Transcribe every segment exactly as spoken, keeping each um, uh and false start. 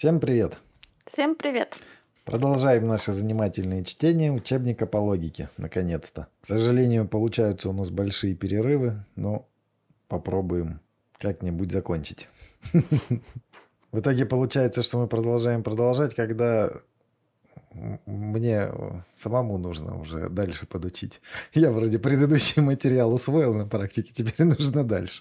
Всем привет! Всем привет! Продолжаем наши занимательные чтения учебника по логике, наконец-то. К сожалению, получаются у нас большие перерывы, но попробуем как-нибудь закончить. В итоге получается, что мы продолжаем продолжать, когда мне самому нужно уже дальше подучить. Я вроде предыдущий материал усвоил на практике, теперь нужно дальше.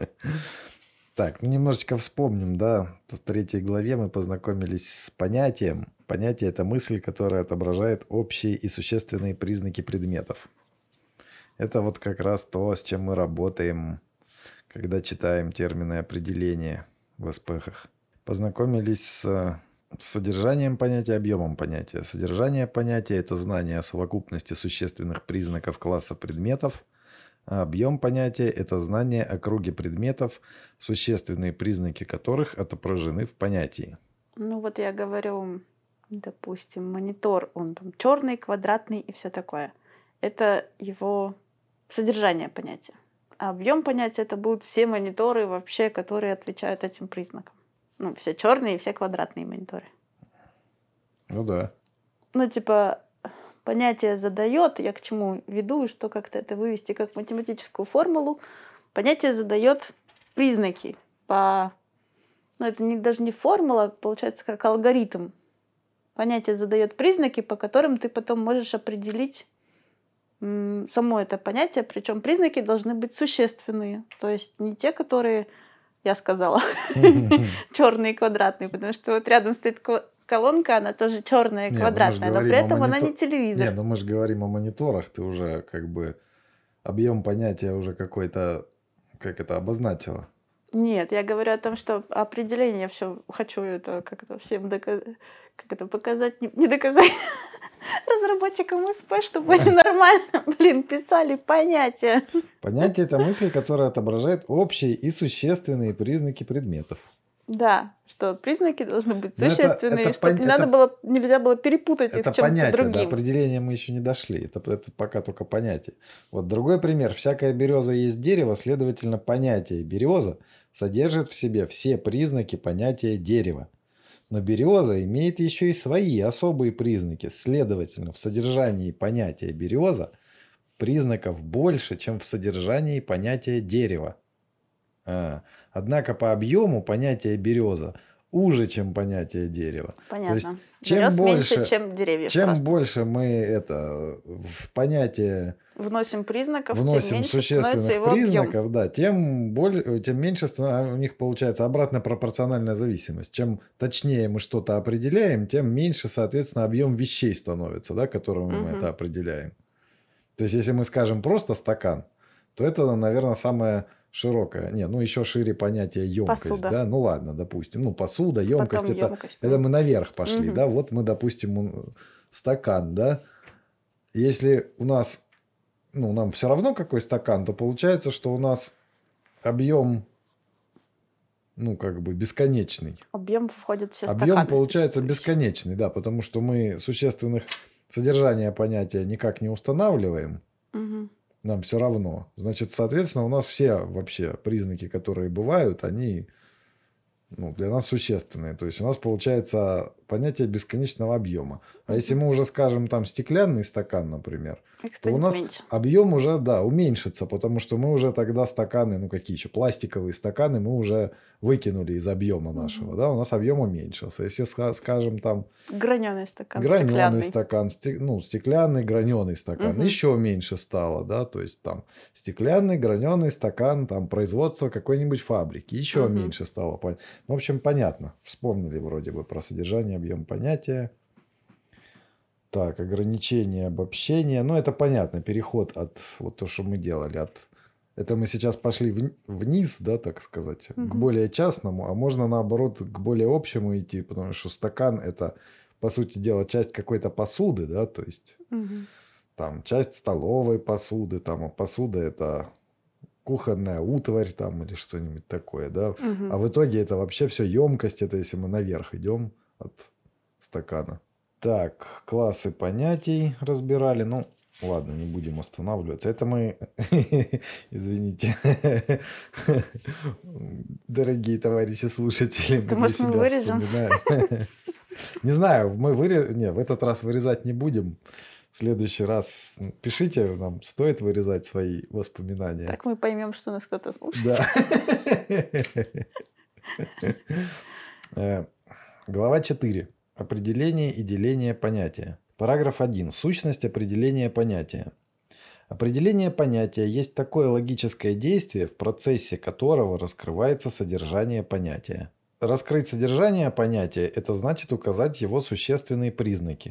Так, ну немножечко вспомним, да, в третьей главе мы познакомились с понятием. Понятие – это мысль, которая отображает общие и существенные признаки предметов. Это вот как раз то, с чем мы работаем, когда читаем термины и определения в эспэхах. Познакомились с содержанием понятия, объемом понятия. Содержание понятия – это знание о совокупности существенных признаков класса предметов. А объем понятия – это знание о круге предметов, существенные признаки которых отображены в понятии. Ну вот я говорю, допустим, монитор, он там черный, квадратный и все такое. Это его содержание понятия. А объем понятия это будут все мониторы вообще, которые отвечают этим признакам. Ну, все черные и все квадратные мониторы. Ну да. Ну, типа, понятие задает, я к чему веду, что как-то это вывести как математическую формулу. Понятие задает признаки по... Ну, это не, даже не формула, получается, как алгоритм. Понятие задает признаки, по которым ты потом можешь определить м, само это понятие, причем признаки должны быть существенные. То есть не те, которые я сказала, черные и квадратные, потому что вот рядом стоит колонка, она тоже черная и квадратная, но при этом она не телевизор. Нет, ну мы же говорим о мониторах, ты уже как бы объем понятия уже какой-то, как это, обозначила. Нет, я говорю о том, что определение я все хочу это как это всем доказать, как это показать, не, не доказать разработчикам ЭСП, чтобы они нормально, блин, писали понятия. Понятие – это мысль, которая отображает общие и существенные признаки предметов. Да, что признаки должны быть Но существенные, это, это чтобы пон... не это... надо было, нельзя было перепутать их это с чем-то понятие, другим. До определения мы еще не дошли. Это, это пока только понятие. Вот другой пример. Всякая береза есть дерево, следовательно, понятие береза содержит в себе все признаки понятия дерева. Но береза имеет еще и свои особые признаки. Следовательно, в содержании понятия береза признаков больше, чем в содержании понятия дерева. А, однако по объему понятие береза уже, чем понятие дерева. Понятно. То есть, чем Берез больше, меньше, чем деревьев. Чем просто. больше мы это в понятие вносим признаков, вносим тем меньше становится его признаков, объем. Да, тем, более, тем меньше у них получается обратная пропорциональная зависимость. Чем точнее мы что-то определяем, тем меньше, соответственно, объем вещей становится, да, которым мы Угу. это определяем. То есть, если мы скажем просто стакан, то это, наверное, самое широкое. Не, ну еще шире понятие емкость. Посуда. Да? Ну ладно, допустим. Ну, посуда, емкость, Потом это, емкость, это да. мы наверх пошли. Угу. Да? Вот мы, допустим, стакан, да. Если у нас, ну, нам все равно какой стакан, то получается, что у нас объем, ну, как бы бесконечный. Объем входит все стаканы. Объем получается бесконечный, да, потому что мы существенных содержания понятия никак не устанавливаем. Угу. Нам все равно. Значит, соответственно, у нас все вообще признаки, которые бывают, они, ну, для нас существенные. То есть у нас получается понятие бесконечного объема. А если мы уже скажем там стеклянный стакан, например, то у нас меньше. объем уже, да, уменьшится, потому что мы уже тогда стаканы, ну какие еще, пластиковые стаканы мы уже выкинули из объема нашего, Угу. да, у нас объем уменьшился. Если скажем там граненый стакан, граненый стеклянный. стакан, стек, ну стеклянный граненый стакан, угу. еще меньше стало, да, то есть там стеклянный граненый стакан, там производство какой-нибудь фабрики, еще угу. меньше стало. В общем, понятно. Вспомнили вроде бы про содержание, объем понятия. Так, ограничение, обобщение. Ну, это понятно. Переход от вот то, что мы делали. От... Это мы сейчас пошли в... вниз, да, так сказать, угу. к более частному, а можно, наоборот, к более общему идти, потому что стакан – это, по сути дела, часть какой-то посуды, да, то есть угу. там часть столовой посуды, там, а посуда – это кухонная утварь там или что-нибудь такое, да. Угу. А в итоге это вообще все емкость, это если мы наверх идем от стакана. Так, классы понятий разбирали. Ну, Ладно, не будем останавливаться. Это мы, извините, дорогие товарищи слушатели, мы Ты, для может, мы себя вырежем? вспоминаем. Не знаю, мы выре... Не, в этот раз вырезать не будем. В следующий раз пишите нам, стоит вырезать свои воспоминания. Так мы поймем, что нас кто-то слушает. Да. Глава четыре. Определение и деление понятия. Параграф один. Сущность определения понятия. Определение понятия есть такое логическое действие, в процессе которого раскрывается содержание понятия. Раскрыть содержание понятия – это значит указать его существенные признаки.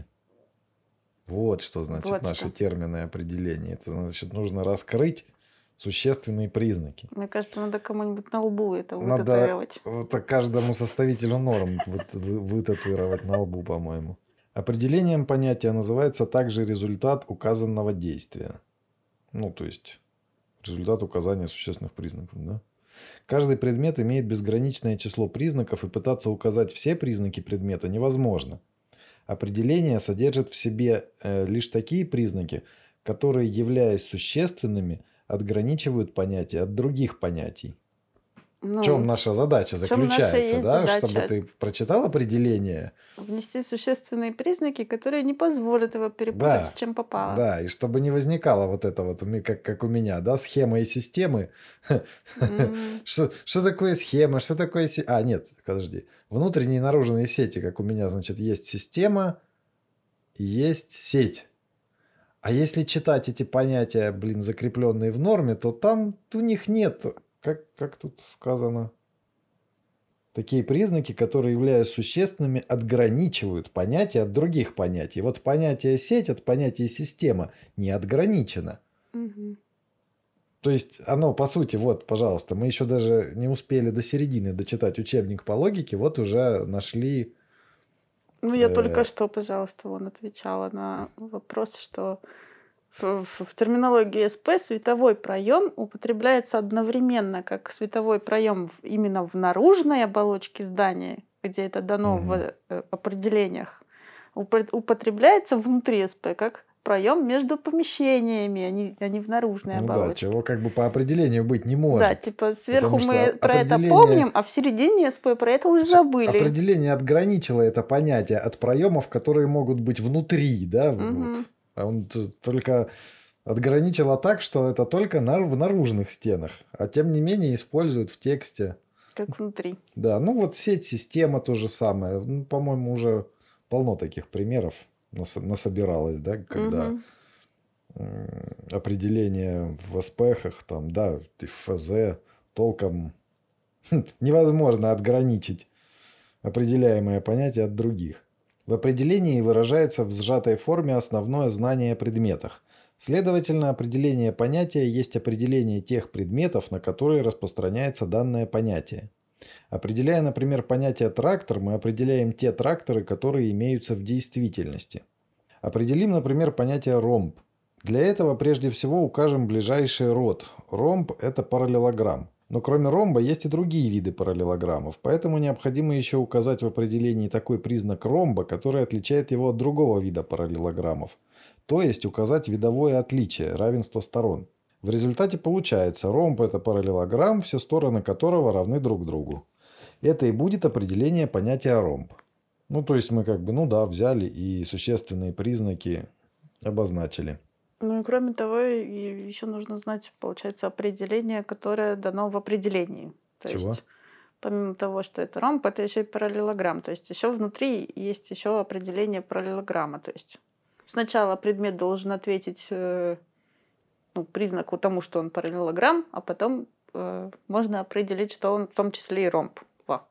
Вот что значит Вот наши что. термины определения. Это значит, нужно раскрыть существенные признаки. Мне кажется, надо кому-нибудь на лбу это Надо вытатуировать. вот каждому составителю норм вот вы- вытатуировать на лбу, по-моему. Определением понятия называется также результат указанного действия. Ну, то есть результат указания существенных признаков. Да? Каждый предмет имеет безграничное число признаков, и пытаться указать все признаки предмета невозможно. Определение содержит в себе э, лишь такие признаки, которые, являясь существенными, отграничивают понятие от других понятий. Ну, В чем наша задача в чем наша заключается, есть да? задача? Чтобы ты прочитал определение, Внести существенные признаки, которые не позволят его перепутать да, с чем попало. да, и чтобы не возникало вот это вот, у ме- как, как у меня, да, схемы и системы. М, Что, что такое схема, что такое... се- А, нет, подожди. Внутренние и наружные сети, как у меня, значит, есть система и есть сеть. А если читать эти понятия, блин, закрепленные в норме, то там у них нет, как, как тут сказано, такие признаки, которые, являясь существенными, отграничивают понятие от других понятий. Вот понятие сеть от понятия система не отграничено. мгм. То есть оно, по сути, вот, пожалуйста, мы еще даже не успели до середины дочитать учебник по логике, вот уже нашли... Ну, я только э, что, пожалуйста, вон отвечала на вопрос, что в, в- в терминологии СП световой проем употребляется одновременно как световой проем в- именно в наружной оболочке здания, где это дано Мгм. в э, определениях, упо- употребляется внутри СП как проем между помещениями, а не, а не в наружной Ну да, оболочке. чего как бы по определению быть не Да, может. типа сверху Потому что мы о- про это определение... помним, а в середине СП про это уже Ш- забыли. Определение отграничило это понятие от проемов, которые могут быть внутри, да, вот. Мгм. А он т- только отграничило так, что это только на, в наружных стенах, а тем не менее используют в тексте. Как внутри. Да, ну вот сеть, система то же самое. Ну, по-моему, уже полно таких примеров нас- насобиралось, да, когда Мгм. м, определение в эспехах, там, да, и в ФЗ толком невозможно отграничить определяемое понятие от других. В определении выражается в сжатой форме основное знание о предметах. Следовательно, определение понятия есть определение тех предметов, на которые распространяется данное понятие. Определяя, например, понятие трактор, мы определяем те тракторы, которые имеются в действительности. Определим, например, понятие ромб. Для этого прежде всего укажем ближайший род. Ромб – это параллелограмм. Но кроме ромба есть и другие виды параллелограммов, поэтому необходимо еще указать в определении такой признак ромба, который отличает его от другого вида параллелограммов. То есть указать видовое отличие, равенство сторон. В результате получается, ромб – это параллелограмм, все стороны которого равны друг другу. Это и будет определение понятия ромб. Ну, то есть мы как бы, ну да, взяли и существенные признаки обозначили. Ну и кроме того, еще нужно знать, получается, определение, которое дано в определении. То Чего? есть, помимо того, что это ромб, это еще и параллелограмм. То есть еще внутри есть еще определение параллелограмма. То есть сначала предмет должен ответить э, ну, признаку тому, что он параллелограмм, а потом э, можно определить, что он в том числе и ромб. Во.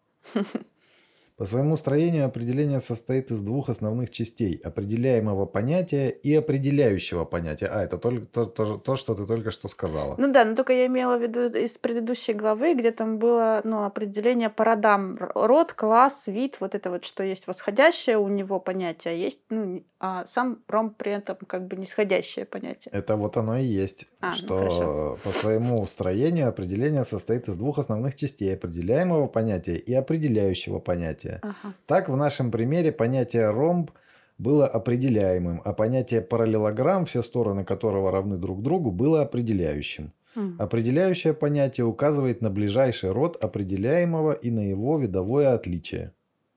По своему строению определение состоит из двух основных частей – определяемого понятия и определяющего понятия. А, это только то, то, то, что ты только что сказала. Ну да, но только я имела в виду из предыдущей главы, где там было ну, определение по родам. Р- Род, класс, вид, вот это вот, что есть восходящее у него понятие, а есть, ну, не- а сам ромб при этом как бы нисходящее понятие. Это вот оно и есть, А, ну что хорошо. по своему строению определение состоит из двух основных частей – определяемого понятия и определяющего понятия. Ага. Так, в нашем примере понятие ромб было определяемым, а понятие параллелограмм, все стороны которого равны друг другу, было определяющим. Мгм. Определяющее понятие указывает на ближайший род определяемого и на его видовое отличие.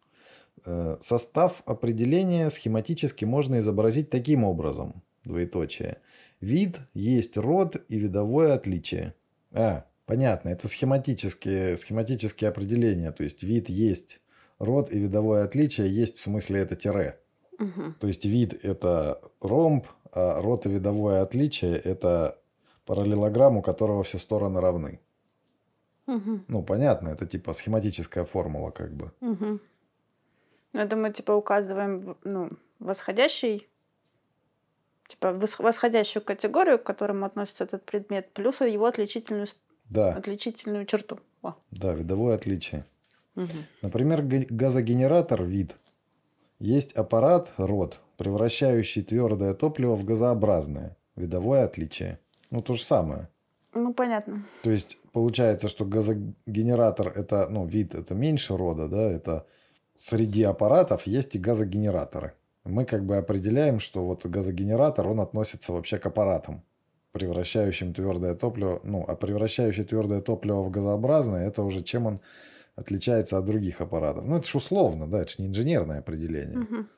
Э, Состав определения схематически можно изобразить таким образом. Двоеточие. Вид есть род и видовое отличие. А, понятно, это схематические, схематические определения. То есть вид есть род и видовое отличие есть в смысле это тире. Мгм. То есть вид это ромб, а род и видовое отличие это параллелограмм, у которого все стороны равны. Мгм. Ну, понятно, это типа схематическая формула как бы. Мгм. Ну, это мы типа указываем в- ну, восходящий, типа вос- восходящую категорию, к которому относится этот предмет, плюс его отличительную, с- Да, отличительную черту. О. да, видовое отличие. Мгм. Например, г- газогенератор – вид. Есть аппарат – род, превращающий твердое топливо в газообразное. Видовое отличие. Ну, то же самое. Ну, понятно. То есть, получается, что газогенератор – это, ну, вид – это меньше рода, да, это среди аппаратов есть и газогенераторы. Мы как бы определяем, что вот газогенератор, он относится вообще к аппаратам, превращающим твердое топливо, ну, а превращающий твердое топливо в газообразное – это уже чем он отличается от других аппаратов. Ну, это ж условно, да, это ж не инженерное определение. Мгм.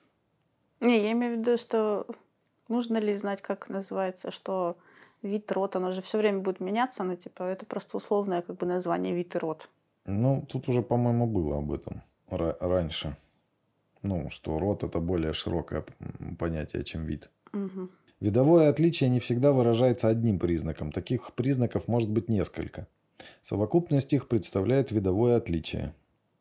Не, я имею в виду, что нужно ли знать, как называется, что вид, род, оно же все время будет меняться, но типа это просто условное как бы название вид и род. Ну, тут уже, по-моему, было об этом ра- раньше. Ну, что род – это более широкое м, понятие, чем вид. Мгм. Видовое отличие не всегда выражается одним признаком. Таких признаков может быть несколько. Совокупность их представляет видовое отличие.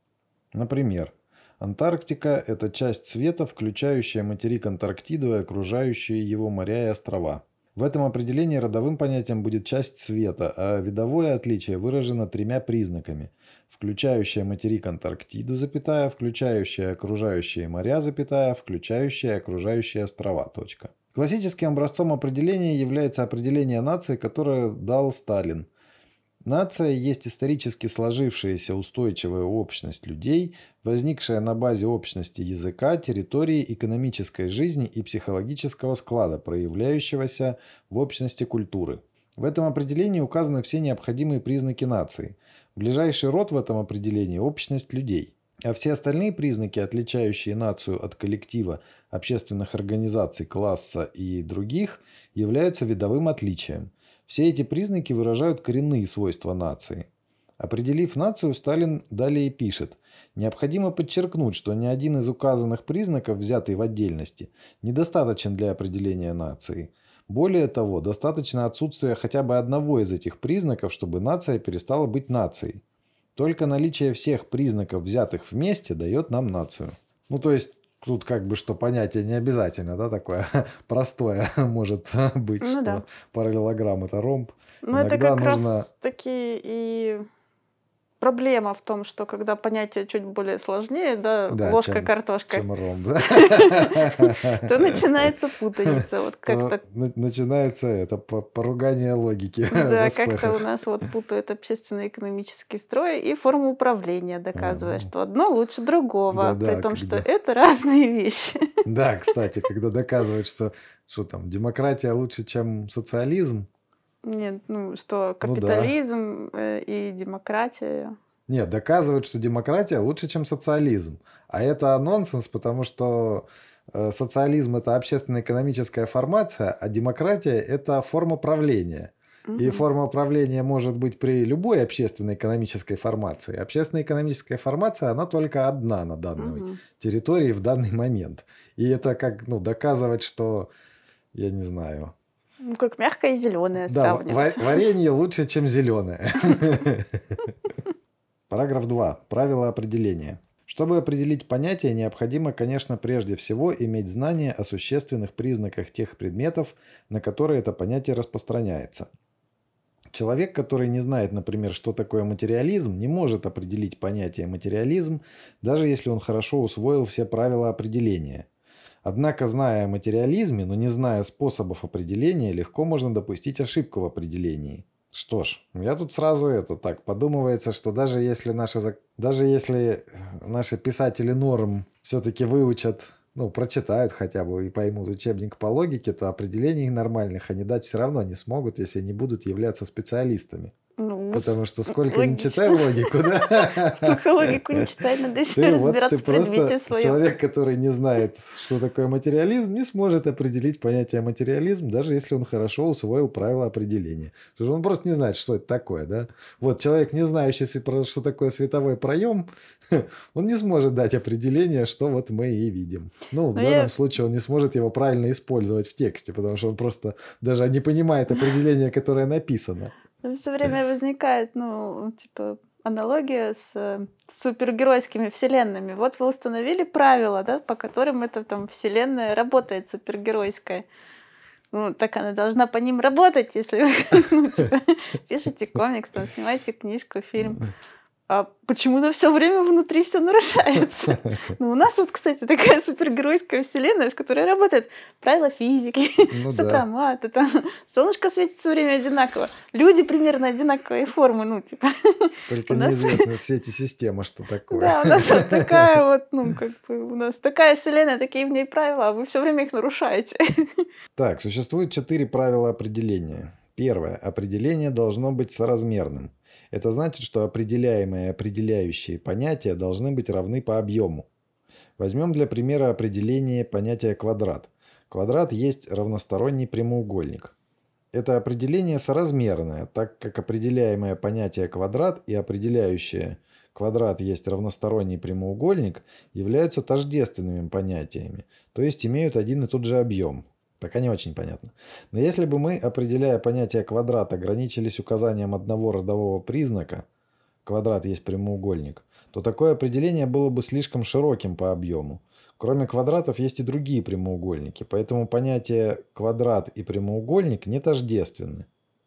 Например, Антарктика – это часть света, включающая материк Антарктиду и окружающие его моря и острова. В этом определении родовым понятием будет часть света, а видовое отличие выражено тремя признаками: включающая материк Антарктиду, запятая, включающая окружающие моря, запятая, включающая окружающие острова. Точка. Классическим образцом определения является определение нации, которое дал Сталин. Нация есть исторически сложившаяся устойчивая общность людей, возникшая на базе общности языка, территории, экономической жизни и психологического склада, проявляющегося в общности культуры. В этом определении указаны все необходимые признаки нации. Ближайший род в этом определении – общность людей. А все остальные признаки, отличающие нацию от коллектива, общественных организаций, класса и других, являются видовым отличием. Все эти признаки выражают коренные свойства нации. Определив нацию, Сталин далее пишет: «Необходимо подчеркнуть, что ни один из указанных признаков, взятый в отдельности, недостаточен для определения нации. Более того, достаточно отсутствия хотя бы одного из этих признаков, чтобы нация перестала быть нацией. Только наличие всех признаков, взятых вместе, дает нам нацию». Ну, то есть, тут как бы что понятие не обязательно, да, такое простое может быть, Ну да. что параллелограмм – это ромб. Ну, это Иногда как нужно... раз таки и проблема в том, что когда понятие чуть более сложнее, да, Да, ложка, чем, картошка, чем ромб, да? то начинается путаница. Вот То как-то, на- начинается это по- поругание логики в да, как-то у эспехах. нас вот путают общественно-экономический строй и форму управления, А, доказывая, ну, что одно лучше другого, при да-да, том, что когда... это разные вещи. Да, кстати, когда доказывают, что, что там, демократия лучше, чем социализм, Нет, ну что ну да. капитализм э, и демократия. Нет, доказывают, что демократия лучше, чем социализм. А это нонсенс, потому что э, социализм – это общественно-экономическая формация, а демократия – это форма правления. И Мгм. форма правления может быть при любой общественно-экономической формации. Общественно-экономическая формация, она только одна на данной Мгм. территории в данный момент. И это как, ну, доказывать, что, я не знаю. Ну, как мягкое и зеленое Да, ва- сравнивать. варенье лучше, чем зеленое. Параграф два. Правила определения. Чтобы определить понятие, необходимо, конечно, прежде всего иметь знание о существенных признаках тех предметов, на которые это понятие распространяется. Человек, который не знает, например, что такое материализм, не может определить понятие материализм, даже если он хорошо усвоил все правила определения. Однако, зная о материализме, но не зная способов определения, легко можно допустить ошибку в определении. Что ж, я тут сразу это так подумывается, что даже если наши, зак- даже если э, наши писатели норм все-таки выучат, ну, прочитают хотя бы и поймут учебник по логике, то определений нормальных они дать все равно не смогут, если не будут являться специалистами. Ну, Потому что сколько не читай логично. логику, да? Сколько логику не читать, надо еще Ты вот разбираться ты в предмете просто своем. человек, который не знает, что такое материализм, не сможет определить понятие материализм, даже если он хорошо усвоил правила определения. Потому что он просто не знает, что это такое, да? Вот человек, не знающий, сви- про- что такое световой проем, он не сможет дать определение, что вот мы и видим. Ну, в Ну, данном я случае он не сможет его правильно использовать в тексте, потому что он просто даже не понимает определение, которое написано. все время возникает, ну, типа, аналогия с э, супергеройскими вселенными. Вот вы установили правила, да, по которым эта там вселенная работает супергеройская. Ну, так она должна по ним работать, если вы ну, типа, пишете комикс, там, снимаете книжку, фильм. А почему-то все время внутри все нарушается. Ну, у нас вот, кстати, такая супергеройская вселенная, в которой работают правила физики, Ну да. сакамото, там солнышко светит все время одинаково, люди примерно одинаковой формы, ну, типа. Только У нас- неизвестно в свете система, что такое. Да, у нас вот такая вот, ну, как бы, у нас такая вселенная, такие в ней правила, а вы все время их нарушаете. Так, существует четыре правила определения. Первое. Определение должно быть соразмерным. Это значит, что определяемые и определяющие понятия должны быть равны по объему. Возьмем для примера определение понятия квадрат. Квадрат есть равносторонний прямоугольник. Это определение соразмерное, так как определяемое понятие квадрат и определяющее квадрат есть равносторонний прямоугольник являются тождественными понятиями, то есть имеют один и тот же объем. Пока не очень понятно. Но если бы мы, определяя понятие квадрат, ограничились указанием одного родового признака, квадрат есть прямоугольник, то такое определение было бы слишком широким по объему. Кроме квадратов есть и другие прямоугольники, поэтому понятия квадрат и прямоугольник не тождественны.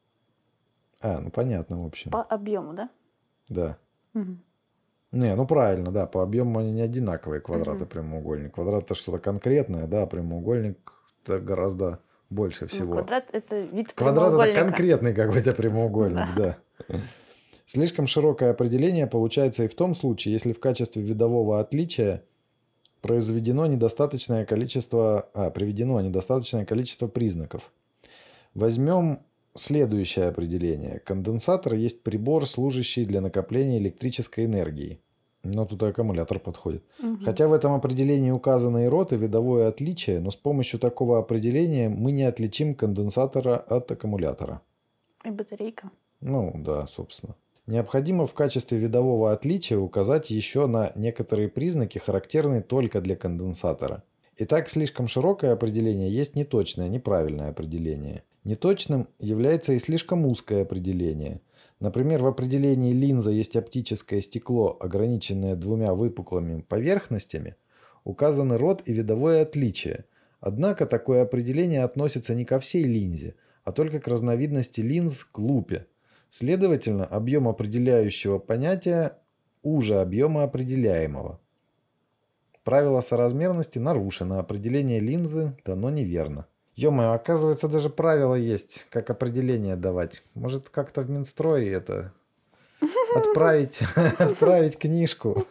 А, ну понятно, в общем. По объему, да? Да. Мгм. Не, ну правильно, да, по объему они не одинаковые, квадрат и Мгм. прямоугольник. Квадрат это что-то конкретное, да, а прямоугольник это гораздо больше Ну, всего. квадрат — это вид Квадрат это прямоугольника. конкретный какой-то прямоугольник, да. Слишком широкое определение получается и в том случае, если в качестве видового отличия произведено недостаточное количество, а, приведено недостаточное количество признаков. Возьмем следующее определение. Конденсатор есть прибор, служащий для накопления электрической энергии. Но тут и аккумулятор подходит. Мгм. Хотя в этом определении указаны и род, и видовое отличие, но с помощью такого определения мы не отличим конденсатора от аккумулятора. И батарейка. Ну да, собственно. Необходимо в качестве видового отличия указать еще на некоторые признаки, характерные только для конденсатора. Итак, слишком широкое определение есть неточное, неправильное определение. Неточным является и слишком узкое определение. Например, в определении линза есть оптическое стекло, ограниченное двумя выпуклыми поверхностями, указаны род и видовое отличие. Однако такое определение относится не ко всей линзе, а только к разновидности линз к лупе. Следовательно, объем определяющего понятия уже объема определяемого. Правило соразмерности нарушено, определение линзы дано неверно. Ё-моё, оказывается, даже правила есть, как определение давать. Может, как-то в Минстрой это отправить, отправить книжку.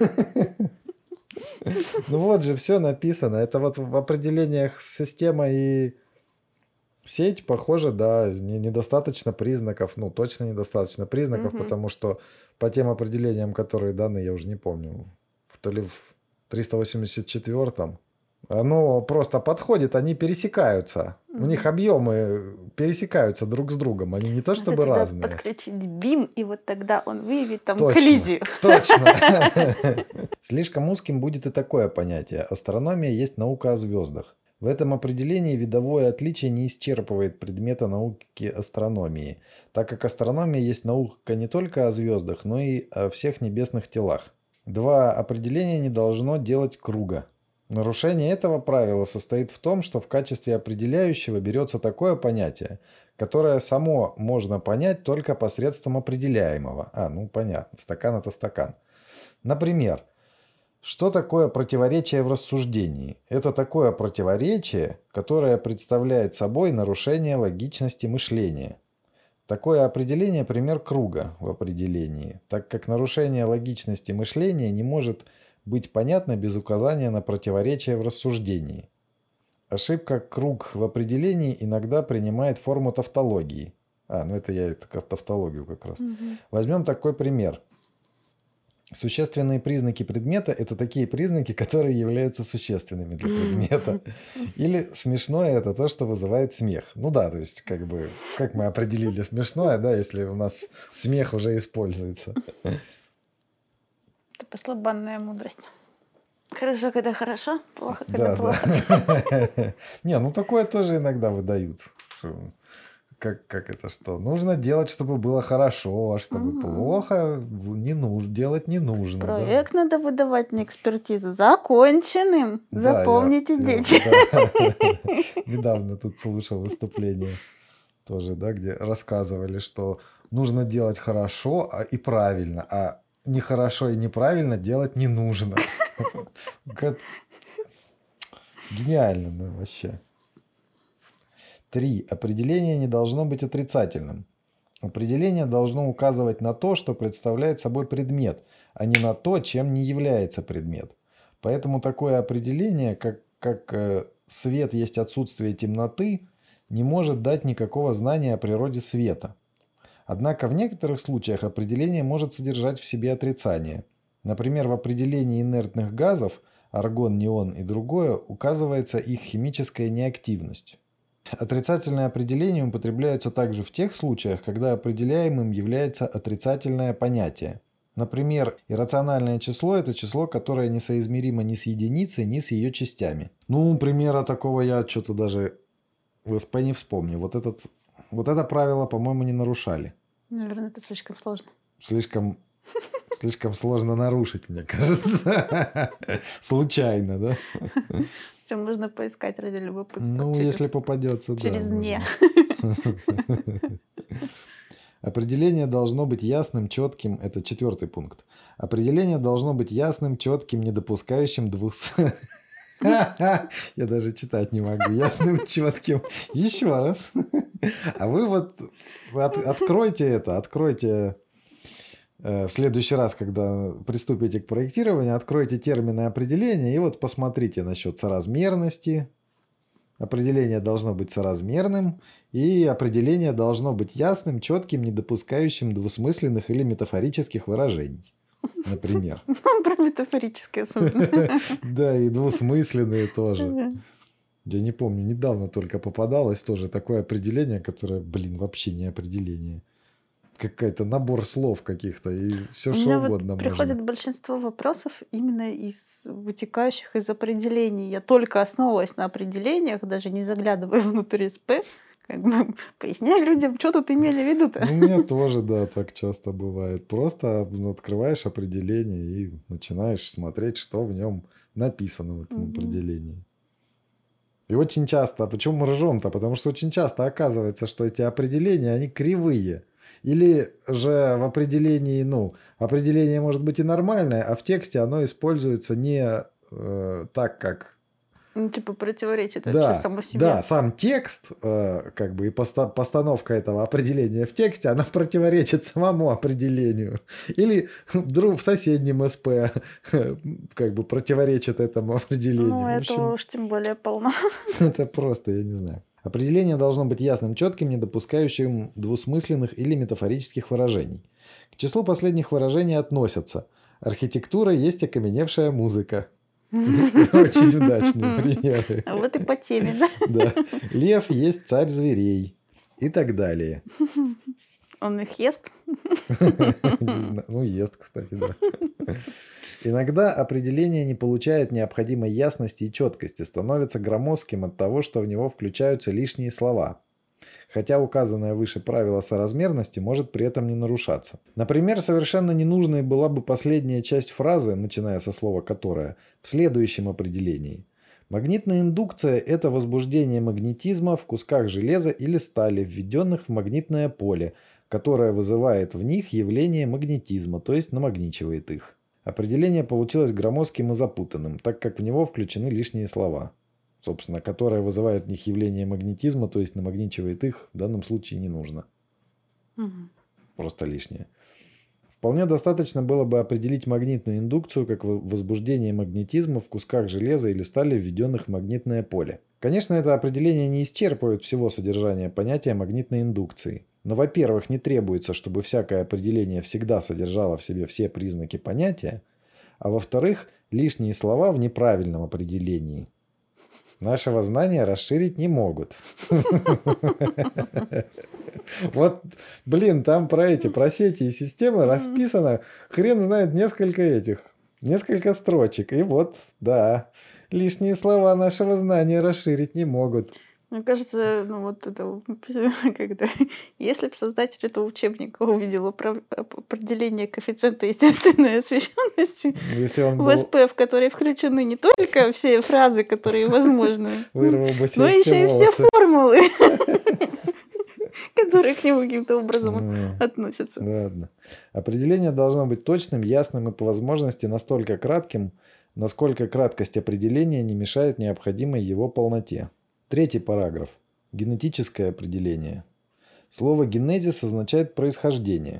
Ну вот же, все написано. Это вот в определениях система и сеть, похоже, да, не- недостаточно признаков, ну, точно недостаточно признаков, Мгм. потому что по тем определениям, которые даны, я уже не помню, в- то ли в триста восемьдесят четвёртом, оно просто подходит, они пересекаются. У них Мгм. объемы пересекаются друг с другом, они не то Надо чтобы туда разные. подключить бим, и вот тогда он выявит там Точно, коллизию. точно. Слишком узким будет и такое понятие. Астрономия есть наука о звездах. В этом определении видовое отличие не исчерпывает предмета науки астрономии, так как астрономия есть наука не только о звездах, но и о всех небесных телах. Два определения не должно делать круга. Нарушение этого правила состоит в том, что в качестве определяющего берется такое понятие, которое само можно понять только посредством определяемого. А, ну понятно, стакан это стакан. Например, что такое противоречие в рассуждении? Это такое противоречие, которое представляет собой нарушение логичности мышления. Такое определение – пример круга в определении, так как нарушение логичности мышления не может быть понятной без указания на противоречие в рассуждении. Ошибка «круг» в определении иногда принимает форму тавтологии. А, ну это я это как тавтологию как раз. Угу. Возьмем такой пример. Существенные признаки предмета – это такие признаки, которые являются существенными для предмета. Или смешное – это то, что вызывает смех. Ну да, то есть как бы, как мы определили смешное, да, если у нас смех уже используется. Это пошла банная мудрость. Хорошо, когда хорошо, плохо, Да, когда плохо. да. Не, ну такое тоже иногда выдают. Как, как это что? Нужно делать, чтобы было хорошо, а чтобы Мгм. плохо не нужно, делать не нужно. Да? Проект надо выдавать на экспертизу законченным. Да, Запомните, я- я, дети. да, недавно тут слушал выступление тоже, да, где рассказывали, что нужно делать хорошо а- и правильно, а нехорошо и неправильно делать не нужно. Как- Гениально, да, вообще. Три. Определение не должно быть отрицательным. Определение должно указывать на то, что представляет собой предмет, а не на то, чем не является предмет. Поэтому такое определение, как, как э, свет есть отсутствие темноты, не может дать никакого знания о природе света. Однако в некоторых случаях определение может содержать в себе отрицание. Например, в определении инертных газов аргон, неон и другое указывается их химическая неактивность. Отрицательные определения употребляются также в тех случаях, когда определяемым является отрицательное понятие. Например, иррациональное число – это число, которое несоизмеримо ни с единицей, ни с ее частями. Ну, примера такого я что-то даже в СП не вспомню. Вот, этот, вот это правило, по-моему, не нарушали. Наверное, это слишком сложно. Слишком, слишком сложно нарушить, мне кажется. Случайно, да? Все можно поискать ради любопытства. Ну, через, если попадется, да. через «не». можно. Определение должно быть ясным, четким. Это четвертый пункт. Определение должно быть ясным, четким, не допускающим двух... Я даже читать не могу. Ясным, четким. Еще раз. А вы вот от- откройте это, откройте э, в следующий раз, когда приступите к проектированию, откройте термины определения и вот посмотрите насчет соразмерности. Определение должно быть соразмерным, и определение должно быть ясным, четким, не допускающим двусмысленных или метафорических выражений. Например. Про метафорическое особенно. Да, и двусмысленные тоже. Я не помню, недавно только попадалось тоже такое определение, которое, блин, вообще не определение. Какой-то набор слов каких-то, и все У что меня вот угодно приходит можно. большинство вопросов именно из вытекающих из определений. Я только основываясь на определениях, даже не заглядывая внутрь СП, как бы поясняю людям, что тут имели в виду-то. Ну, у меня тоже, да, так часто бывает. Просто ну, открываешь определение и начинаешь смотреть, что в нем написано в этом Мгм. определении. И очень часто, а почему мы ржем-то? Потому что очень часто оказывается, что эти определения, они кривые. Или же в определении, ну, определение может быть и нормальное, а в тексте оно используется не э, так, как... Ну, типа противоречит вообще Да, само себе. да, сам текст, э, как бы и поста- постановка этого определения в тексте, она противоречит самому определению. Или вдруг в соседнем СП как бы противоречит этому определению. Ну, В это общем, уж тем более полно. это просто, я не знаю. Определение должно быть ясным, четким, не допускающим двусмысленных или метафорических выражений. К числу последних выражений относятся: архитектура есть окаменевшая музыка. Очень удачные примеры. А вот и по теме, да? Да. Лев есть царь зверей. И так далее. Он их ест. Не знаю. Ну, ест, кстати, да. Иногда определение не получает необходимой ясности и четкости, становится громоздким от того, что в него включаются лишние слова. Хотя указанное выше правило соразмерности может при этом не нарушаться. Например, совершенно ненужной была бы последняя часть фразы, начиная со слова «которая», в следующем определении. Магнитная индукция – это возбуждение магнетизма в кусках железа или стали, введенных в магнитное поле, которое вызывает в них явление магнетизма, то есть намагничивает их. Определение получилось громоздким и запутанным, так как в него включены лишние слова. Собственно, которое вызывает в них явление магнетизма, то есть намагничивает их, в данном случае не нужно. Мгм. Просто лишнее. Вполне достаточно было бы определить магнитную индукцию как возбуждение магнетизма в кусках железа или стали, введенных в магнитное поле. Конечно, это определение не исчерпывает всего содержания понятия магнитной индукции. Но, во-первых, не требуется, чтобы всякое определение всегда содержало в себе все признаки понятия, а во-вторых, лишние слова в неправильном определении нашего знания расширить не могут. Вот, блин, там про эти, про сети и системы расписано, хрен знает, несколько этих, несколько строчек. И вот, да, лишние слова нашего знания расширить не могут. Мне кажется, ну вот это, когда, если бы создатель этого учебника увидел управ- определение коэффициента естественной освещенности в был... эс пэ, в который включены не только все фразы, которые возможны, вырвал бы но себе еще и волосы. все формулы, которые к нему каким-то образом М, относятся. Ладно. Определение должно быть точным, ясным и по возможности настолько кратким, насколько краткость определения не мешает необходимой его полноте. Третий параграф. Генетическое определение. Слово «генезис» означает «происхождение».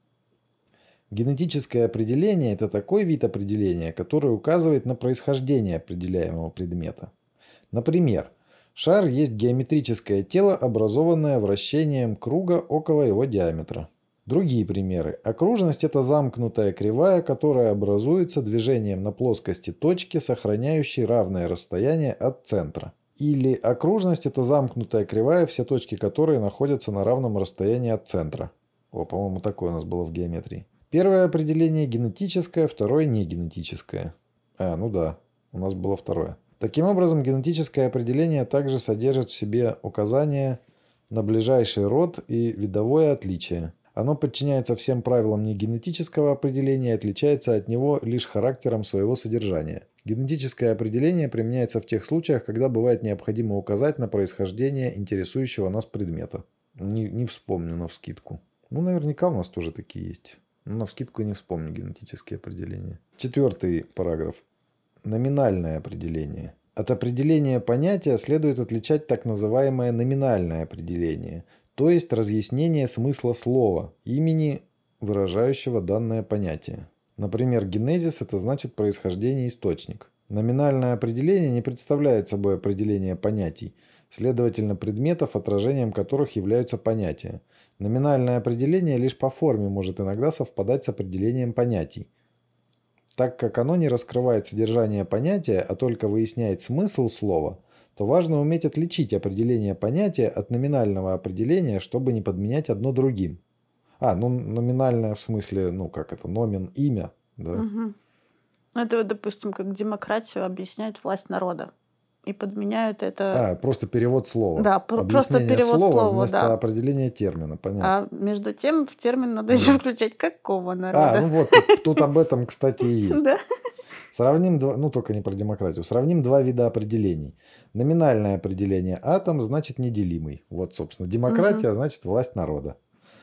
Генетическое определение – это такой вид определения, который указывает на происхождение определяемого предмета. Например, шар есть геометрическое тело, образованное вращением круга около его диаметра. Другие примеры. Окружность – это замкнутая кривая, которая образуется движением на плоскости точки, сохраняющей равное расстояние от центра. Или окружность – это замкнутая кривая, все точки которой находятся на равном расстоянии от центра. О, по-моему, такое у нас было в геометрии. Первое определение генетическое, второе негенетическое. А, ну да, у нас было второе. Таким образом, генетическое определение также содержит в себе указание на ближайший род и видовое отличие. Оно подчиняется всем правилам негенетического определения и отличается от него лишь характером своего содержания. Генетическое определение применяется в тех случаях, когда бывает необходимо указать на происхождение интересующего нас предмета. Не, не вспомню навскидку. Ну, наверняка у нас тоже такие есть. Но навскидку не вспомню генетические определения. Четвертый параграф. Номинальное определение. От определения понятия следует отличать так называемое номинальное определение, то есть разъяснение смысла слова, имени, выражающего данное понятие. Например, генезис – это значит происхождение, источник. Номинальное определение не представляет собой определение понятий, следовательно, предметов, отражением которых являются понятия. Номинальное определение лишь по форме может иногда совпадать с определением понятий. Так как оно не раскрывает содержание понятия, а только выясняет смысл слова, то важно уметь отличить определение понятия от номинального определения, чтобы не подменять одно другим. А, ну номинальное в смысле, ну как это, номин, имя, да. Угу. Это, вот, допустим, как демократию объясняют власть народа. И подменяют это... А, просто перевод слова. Да, про- просто Объяснение перевод слова слова, вместо да. определения термина, понятно. А между тем в термин надо еще включать какого народа. А, ну вот, тут, тут об этом, кстати, и есть. Да. Сравним два, ну только не про демократию. Сравним два вида определений. Номинальное определение атом значит неделимый. Вот, собственно, демократия Мгм. значит власть народа.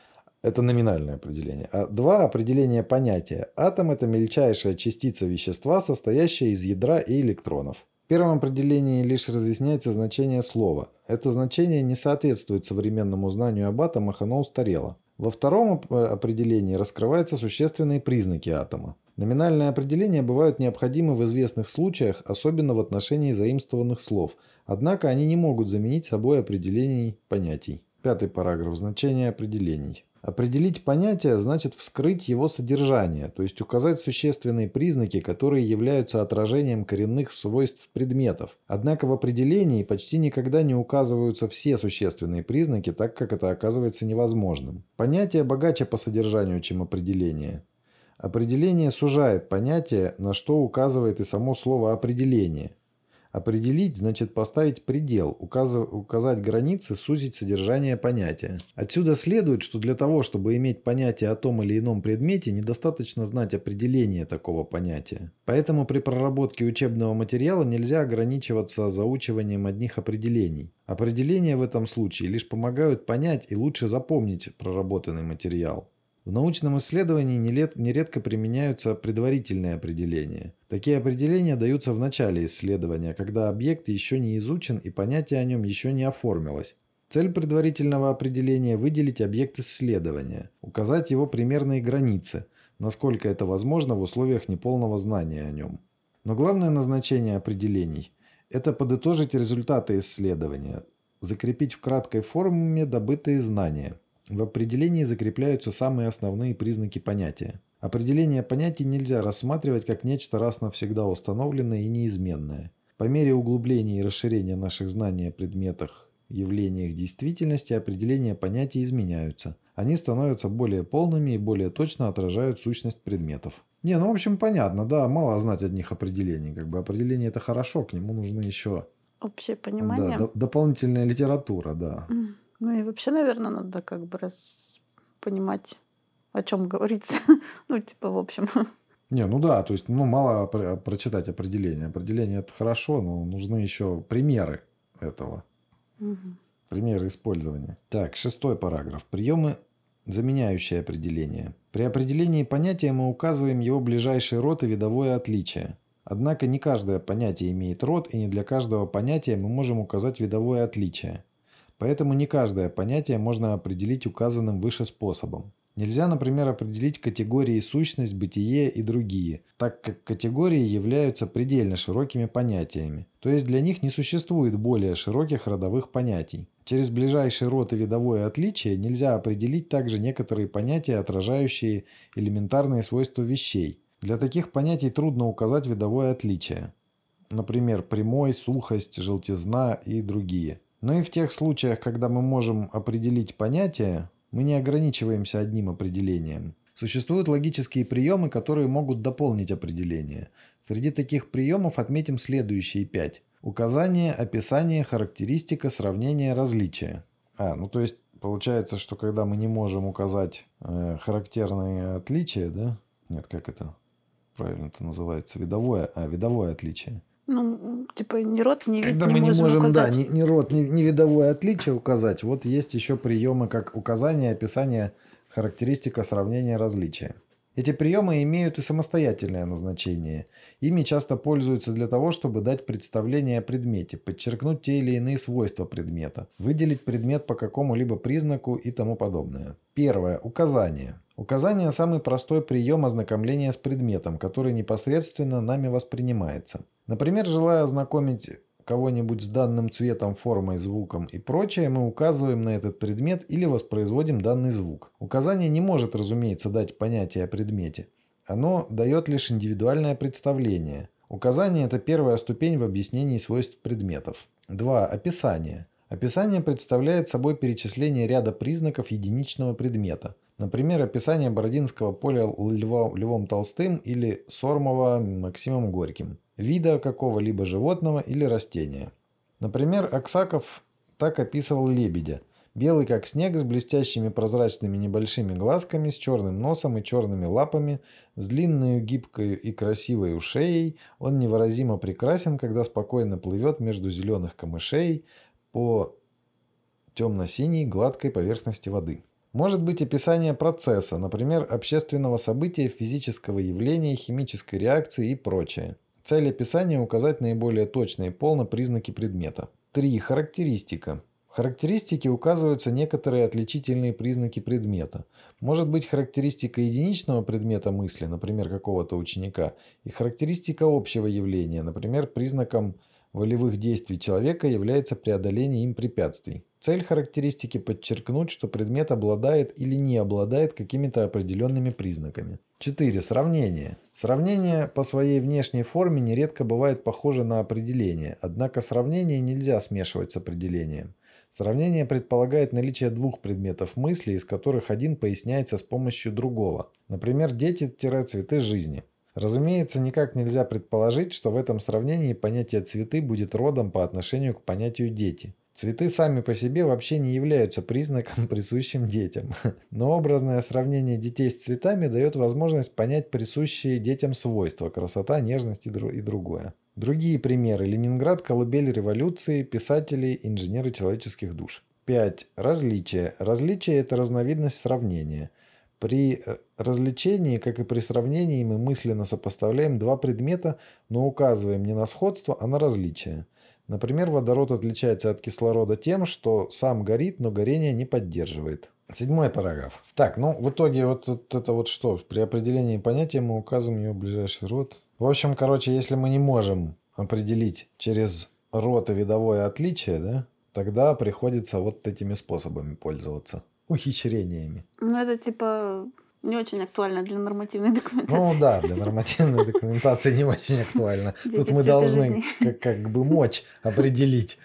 Это номинальное определение. А два определения понятия. Атом – это мельчайшая частица вещества, состоящая из ядра и электронов. В первом определении лишь разъясняется значение слова. Это значение не соответствует современному знанию об атомах, оно устарело. Во втором определении раскрываются существенные признаки атома. Номинальные определения бывают необходимы в известных случаях, особенно в отношении заимствованных слов, однако они не могут заменить собой определений понятий. Пятый параграф. Значение определений. Определить понятие значит вскрыть его содержание, то есть указать существенные признаки, которые являются отражением коренных свойств предметов. Однако в определении почти никогда не указываются все существенные признаки, так как это оказывается невозможным. Понятие богаче по содержанию, чем определение. Определение сужает понятие, на что указывает и само слово «определение». Определить значит поставить предел, указ- указать границы, сузить содержание понятия. Отсюда следует, что для того, чтобы иметь понятие о том или ином предмете, недостаточно знать определение такого понятия. Поэтому при проработке учебного материала нельзя ограничиваться заучиванием одних определений. Определения в этом случае лишь помогают понять и лучше запомнить проработанный материал. В научном исследовании нередко применяются предварительные определения. Такие определения даются в начале исследования, когда объект еще не изучен и понятие о нем еще не оформилось. Цель предварительного определения – выделить объект исследования, указать его примерные границы, насколько это возможно в условиях неполного знания о нем. Но главное назначение определений – это подытожить результаты исследования, закрепить в краткой форме добытые знания. В определении закрепляются самые основные признаки понятия. Определение понятий нельзя рассматривать как нечто раз навсегда установленное и неизменное. По мере углубления и расширения наших знаний о предметах, явлениях действительности, определения понятий изменяются. Они становятся более полными и более точно отражают сущность предметов. Не, ну в общем понятно, да, мало знать одних определений. Как бы определение это хорошо, к нему нужно еще... Общее понимание. Да, д- дополнительная литература, да. Ну и вообще, наверное, надо как бы раз понимать, о чем говорится. Ну, типа, в общем. Не, ну да, то есть, ну, мало про- прочитать определение. Определение это хорошо, но нужны еще примеры этого. Угу. Примеры использования. Так, шестой параграф. Приемы, заменяющие определение. При определении понятия мы указываем его ближайший род и видовое отличие. Однако не каждое понятие имеет род, и не для каждого понятия мы можем указать видовое отличие. Поэтому не каждое понятие можно определить указанным выше способом. Нельзя, например, определить категории сущность, бытие и другие, так как категории являются предельно широкими понятиями, то есть для них не существует более широких родовых понятий. Через ближайший род и видовое отличие нельзя определить также некоторые понятия, отражающие элементарные свойства вещей. Для таких понятий трудно указать видовое отличие. Например, прямой, сухость, желтизна и другие. Но и в тех случаях, когда мы можем определить понятие, мы не ограничиваемся одним определением. Существуют логические приемы, которые могут дополнить определение. Среди таких приемов отметим следующие пять. Указание, описание, характеристика, сравнение, различие. А, ну то есть получается, что когда мы не можем указать э, характерные отличия, да? Нет, как это правильно это называется? Видовое, а, видовое отличие. Ну, типа, ни род, ни вид Когда не мы не можем можем, указать. да, ни, ни род, ни, ни видовое отличие указать, вот есть еще приемы как указание, описание, характеристика, сравнение, различия. Эти приемы имеют и самостоятельное назначение. Ими часто пользуются для того, чтобы дать представление о предмете, подчеркнуть те или иные свойства предмета, выделить предмет по какому-либо признаку и тому подобное. Первое. Указание. Указание – самый простой прием ознакомления с предметом, который непосредственно нами воспринимается. Например, желая ознакомить кого-нибудь с данным цветом, формой, звуком и прочее, мы указываем на этот предмет или воспроизводим данный звук. Указание не может, разумеется, дать понятие о предмете. Оно дает лишь индивидуальное представление. Указание – это первая ступень в объяснении свойств предметов. два. Описание. Описание представляет собой перечисление ряда признаков единичного предмета. Например, описание Бородинского поля Львом, Львом Толстым или Сормова Максимом Горьким. Вида какого-либо животного или растения. Например, Аксаков так описывал лебедя. Белый как снег, с блестящими прозрачными небольшими глазками, с черным носом и черными лапами, с длинной, гибкой и красивой шеей. Он невыразимо прекрасен, когда спокойно плывет между зеленых камышей по темно-синей гладкой поверхности воды. Может быть описание процесса, например, общественного события, физического явления, химической реакции и прочее. Цель описания – указать наиболее точно и полно признаки предмета. три. Характеристика. В характеристике указываются некоторые отличительные признаки предмета. Может быть характеристика единичного предмета мысли, например, какого-то ученика, и характеристика общего явления, например, признаком волевых действий человека является преодоление им препятствий. Цель характеристики – подчеркнуть, что предмет обладает или не обладает какими-то определенными признаками. четыре. Сравнение. Сравнение по своей внешней форме нередко бывает похоже на определение, однако сравнение нельзя смешивать с определением. Сравнение предполагает наличие двух предметов мысли, из которых один поясняется с помощью другого. Например, дети-цветы жизни. Разумеется, никак нельзя предположить, что в этом сравнении понятие «цветы» будет родом по отношению к понятию «дети». Цветы сами по себе вообще не являются признаком, присущим детям. Но образное сравнение детей с цветами дает возможность понять присущие детям свойства – красота, нежность и другое. Другие примеры. Ленинград, колыбель революции, писатели, инженеры человеческих душ. пять. Различие. Различие – это разновидность сравнения. При различении, как и при сравнении, мы мысленно сопоставляем два предмета, но указываем не на сходство, а на различие. Например, водород отличается от кислорода тем, что сам горит, но горение не поддерживает. Седьмой параграф. Так, ну в итоге вот, вот это вот что? При определении понятия мы указываем его ближайший род. В общем, короче, если мы не можем определить через род и видовое отличие, да, тогда приходится вот этими способами пользоваться. Ухищрениями. Ну, это типа не очень актуально для нормативной документации. Ну да, для нормативной документации не очень актуально. Тут мы Дефициты должны жизни. как, как бы мочь определить.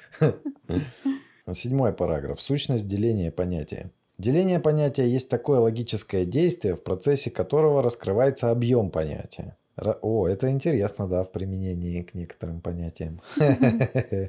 Седьмой параграф. Сущность деления понятия. Деление понятия есть такое логическое действие, в процессе которого раскрывается объем понятия. Ра- О, это интересно, да, в применении к некоторым понятиям. Э,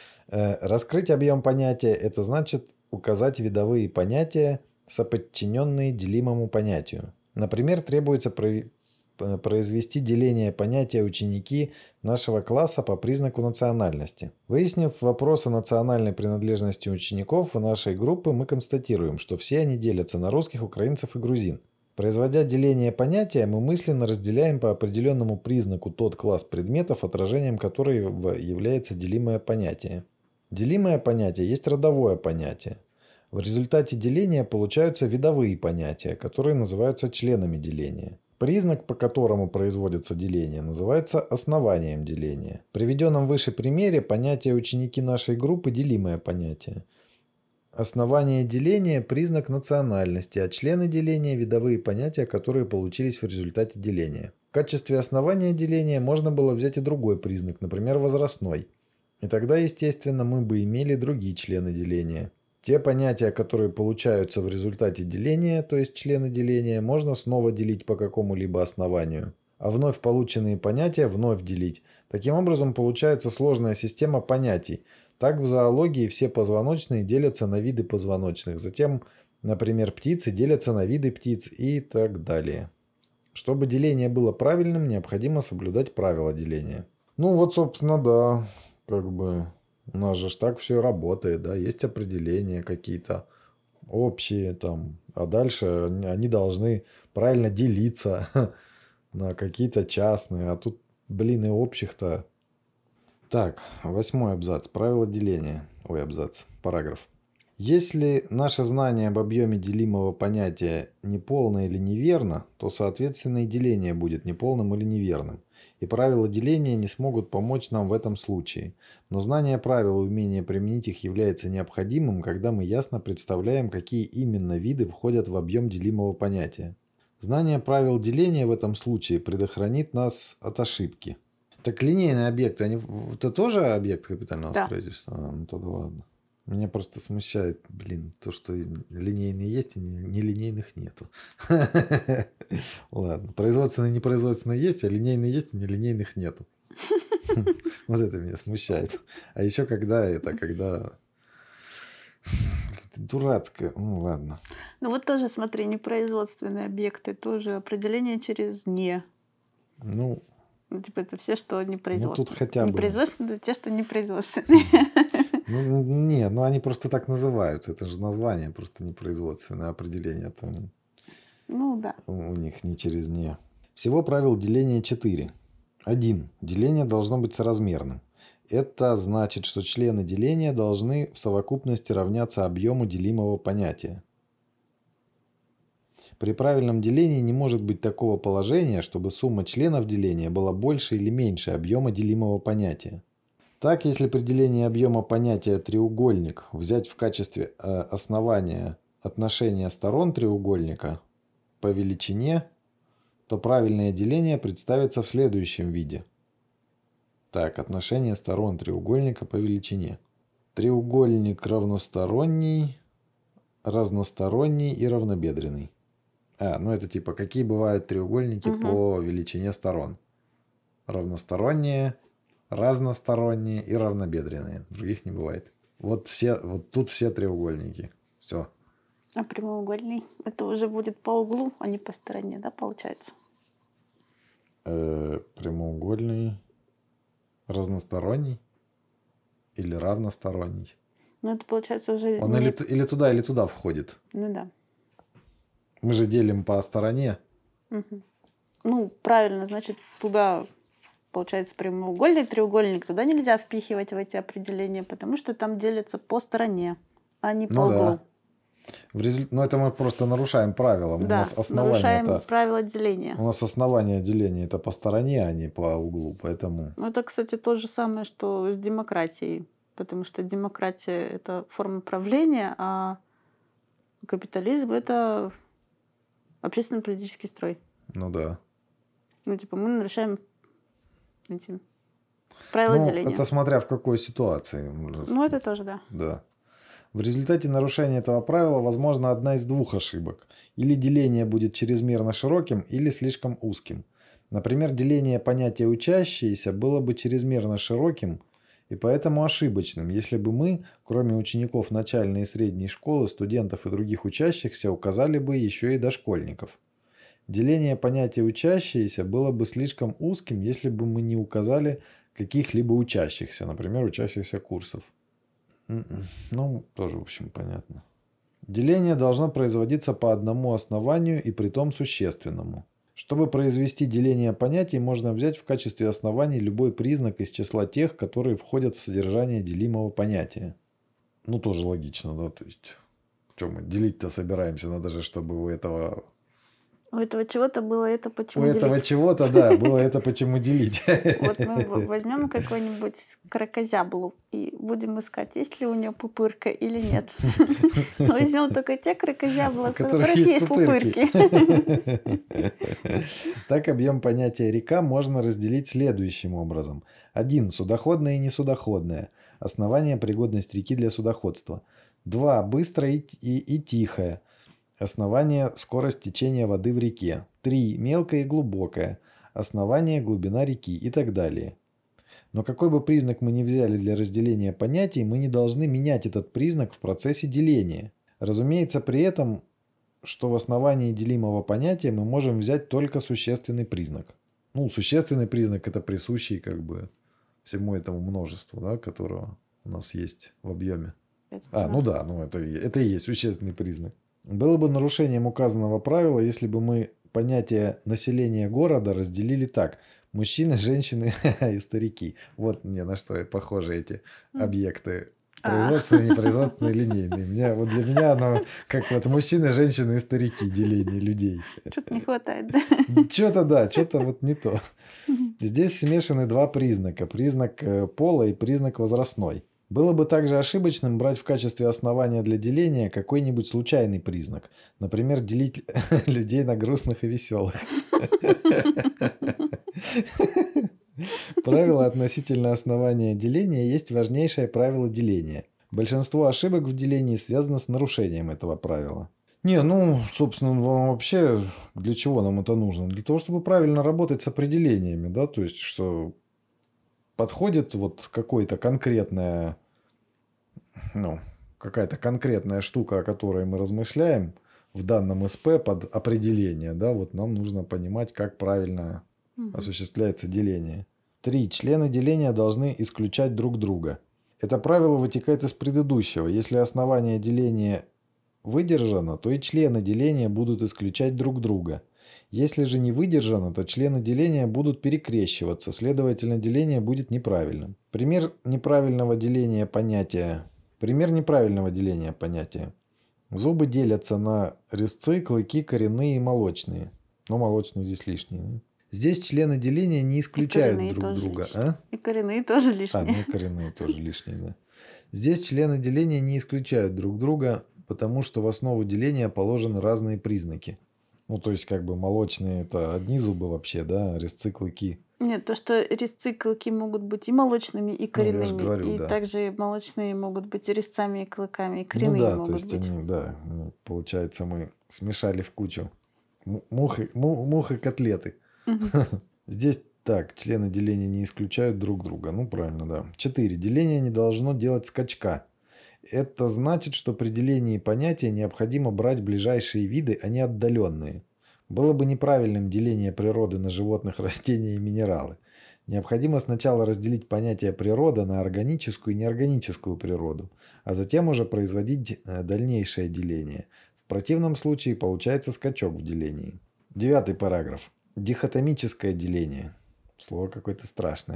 Раскрыть объем понятия – это значит указать видовые понятия, соподчиненные делимому понятию. Например, требуется прои- п- произвести деление понятия ученики нашего класса по признаку национальности. Выяснив вопрос о национальной принадлежности учеников в нашей группы, мы констатируем, что все они делятся на русских, украинцев и грузин. Производя деление понятия, мы мысленно разделяем по определенному признаку тот класс предметов, отражением которого является делимое понятие. Делимое понятие есть родовое понятие. В результате деления получаются видовые понятия, которые называются членами деления. Признак, по которому производится деление, называется основанием деления. В приведенном выше примере понятие ученики нашей группы – делимое понятие. Основание деления – признак национальности, а члены деления – видовые понятия, которые получились в результате деления. В качестве основания деления можно было взять и другой признак, например, возрастной. И тогда, естественно, мы бы имели другие члены деления. Те понятия, которые получаются в результате деления, то есть члены деления, можно снова делить по какому-либо основанию, а вновь полученные понятия вновь делить. Таким образом, получается сложная система понятий. Так в зоологии все позвоночные делятся на виды позвоночных. Затем, например, птицы делятся на виды птиц и так далее. Чтобы деление было правильным, необходимо соблюдать правила деления. Ну вот, собственно, да, как бы у нас же ж так все работает, да, есть определения какие-то общие там, а дальше они они должны правильно делиться на какие-то частные, а тут, блин, и общих-то. Так, восьмой абзац. Правило деления. Ой, абзац. Параграф. Если наше знание об объеме делимого понятия неполно или неверно, то, соответственно, и деление будет неполным или неверным. И правила деления не смогут помочь нам в этом случае. Но знание правил и умение применить их является необходимым, когда мы ясно представляем, какие именно виды входят в объем делимого понятия. Знание правил деления в этом случае предохранит нас от ошибки. Так линейные объекты, они, это тоже объект капитального Да. строительства? А, ну тогда ладно. Меня просто смущает, блин, то, что линейные есть, и нелинейных нету. Ладно. Производственные и непроизводственные есть, а линейные есть, и нелинейных нету. Вот это меня смущает. А еще когда это, когда... Дурацкое. Ну ладно. Ну вот тоже, смотри, непроизводственные объекты, тоже определение через «не». Ну, Ну, типа это все, что ну непроизводственные. тут хотя бы... Непроизводственные – это те, что непроизводственные. Ну, не, ну они просто так называются. Это же название просто непроизводственное определение. Там Ну да. у них не через «не». Всего правил деления четыре. один. Деление должно быть соразмерным. Это значит, что члены деления должны в совокупности равняться объему делимого понятия. При правильном делении не может быть такого положения, чтобы сумма членов деления была больше или меньше объема делимого понятия. Так, если при делении объема понятия треугольник взять в качестве э, основания отношения сторон треугольника по величине, то правильное деление представится в следующем виде. Так, отношение сторон треугольника по величине. Треугольник равносторонний, разносторонний и равнобедренный. А, ну это типа, какие бывают треугольники Угу. по величине сторон. Равносторонние, разносторонние и равнобедренные. Других не бывает. Вот, все, вот тут все треугольники. Все. А прямоугольный – это уже будет по углу, а не по стороне, да, получается? Э, прямоугольный, разносторонний или равносторонний. Ну это получается уже Он не... или, т- или туда, или туда входит. Ну да. Мы же делим по стороне. Мгм. Ну, правильно, значит, туда, получается, прямоугольный треугольник, туда нельзя впихивать в эти определения, потому что там делятся по стороне, а не по Ну углу. да. В результ... Ну, это мы просто нарушаем правила. У Да, нас основание нарушаем это... правила деления. У нас основание деления это по стороне, а не по углу, поэтому... Это, кстати, то же самое, что с демократией. Потому что демократия — это форма правления, а капитализм — это общественно-политический строй. Ну да. Ну, типа, мы нарушаем эти правила Ну, деления. это смотря в какой ситуации. Ну, это тоже, да. Да. В результате нарушения этого правила возможна одна из двух ошибок. Или деление будет чрезмерно широким, или слишком узким. Например, деление понятия «учащиеся» было бы чрезмерно широким и поэтому ошибочным, если бы мы, кроме учеников начальной и средней школы, студентов и других учащихся, указали бы еще и дошкольников. Деление понятия «учащиеся» было бы слишком узким, если бы мы не указали каких-либо учащихся, например, учащихся курсов. Ну, тоже, в общем, понятно. Деление должно производиться по одному основанию и притом существенному. Чтобы произвести деление понятий, можно взять в качестве оснований любой признак из числа тех, которые входят в содержание делимого понятия. Ну, тоже логично, да, то есть, что мы делить-то собираемся, надо же, чтобы у этого... У этого чего-то было это почему У делить. этого чего-то, да, было это почему делить. Вот мы возьмем какой-нибудь кракозяблу и будем искать, есть ли у нее пупырка или нет. Возьмем только те кракозяблы, у которых есть пупырки. Так объем понятия река можно разделить следующим образом. один. Судоходная и несудоходная. Основание пригодность реки для судоходства. два. Быстрая и, и, и тихая. Основание скорость течения воды в реке. три. Мелкая и глубокая. Основание глубина реки и так далее. Но какой бы признак мы ни взяли для разделения понятий, мы не должны менять этот признак в процессе деления. Разумеется, при этом, что в основании делимого понятия мы можем взять только существенный признак. Ну, существенный признак это присущий как бы всему этому множеству, да, которого у нас есть в объеме. А, ну да, ну это, это и есть существенный признак. Было бы нарушением указанного правила, если бы мы понятие населения города разделили так. Мужчины, женщины и старики. Вот мне на что похожи эти объекты. Производственные, непроизводственные, линейные. Меня, вот для меня оно как вот мужчины, женщины и старики, деление людей. Что-то не хватает, да? Что-то да, что-то вот не то. Здесь смешаны два признака. Признак пола и признак возрастной. Было бы также ошибочным брать в качестве основания для деления какой-нибудь случайный признак. Например, делить людей на грустных и веселых. Правило относительно основания деления есть важнейшее правило деления. Большинство ошибок в делении связано с нарушением этого правила. Не, ну, собственно, вообще для чего нам это нужно? Для того, чтобы правильно работать с определениями, да, то есть, что подходит вот какое-то конкретное, ну, какая-то конкретная штука, о которой мы размышляем в данном СП под определение, да, вот нам нужно понимать, как правильно угу. осуществляется деление. Три. Члены деления должны исключать друг друга. Это правило вытекает из предыдущего. Если основание деления выдержано, то и члены деления будут исключать друг друга. Если же не выдержано, то члены деления будут перекрещиваться, следовательно, деление будет неправильным. Пример неправильного деления понятия. Пример неправильного деления понятия. Зубы делятся на резцы, клыки, коренные и молочные. Но молочные здесь лишние. Здесь члены деления не исключают друг друга. А? И коренные тоже лишние. А, ну и коренные тоже лишние, да. Здесь члены деления не исключают друг друга, потому что в основу деления положены разные признаки. Ну, то есть, как бы молочные это одни зубы вообще, да, резцы, клыки. Нет, то, что резцы, клыки могут быть и молочными, и коренными. Ну, говорю, и да. также молочные могут быть и резцами, и клыками, и коренные ну, да, могут то есть быть. Они, да, получается, мы смешали в кучу мух и, мух и котлеты. Угу. Здесь так, члены деления не исключают друг друга. Ну, правильно, да. Четыре. Деление не должно делать скачка. Это значит, что при делении понятия необходимо брать ближайшие виды, а не отдаленные. Было бы неправильным деление природы на животных, растения и минералы. Необходимо сначала разделить понятие природа на органическую и неорганическую природу, а затем уже производить дальнейшее деление. В противном случае получается скачок в делении. Девятый параграф. Дихотомическое деление. Слово какое-то страшное.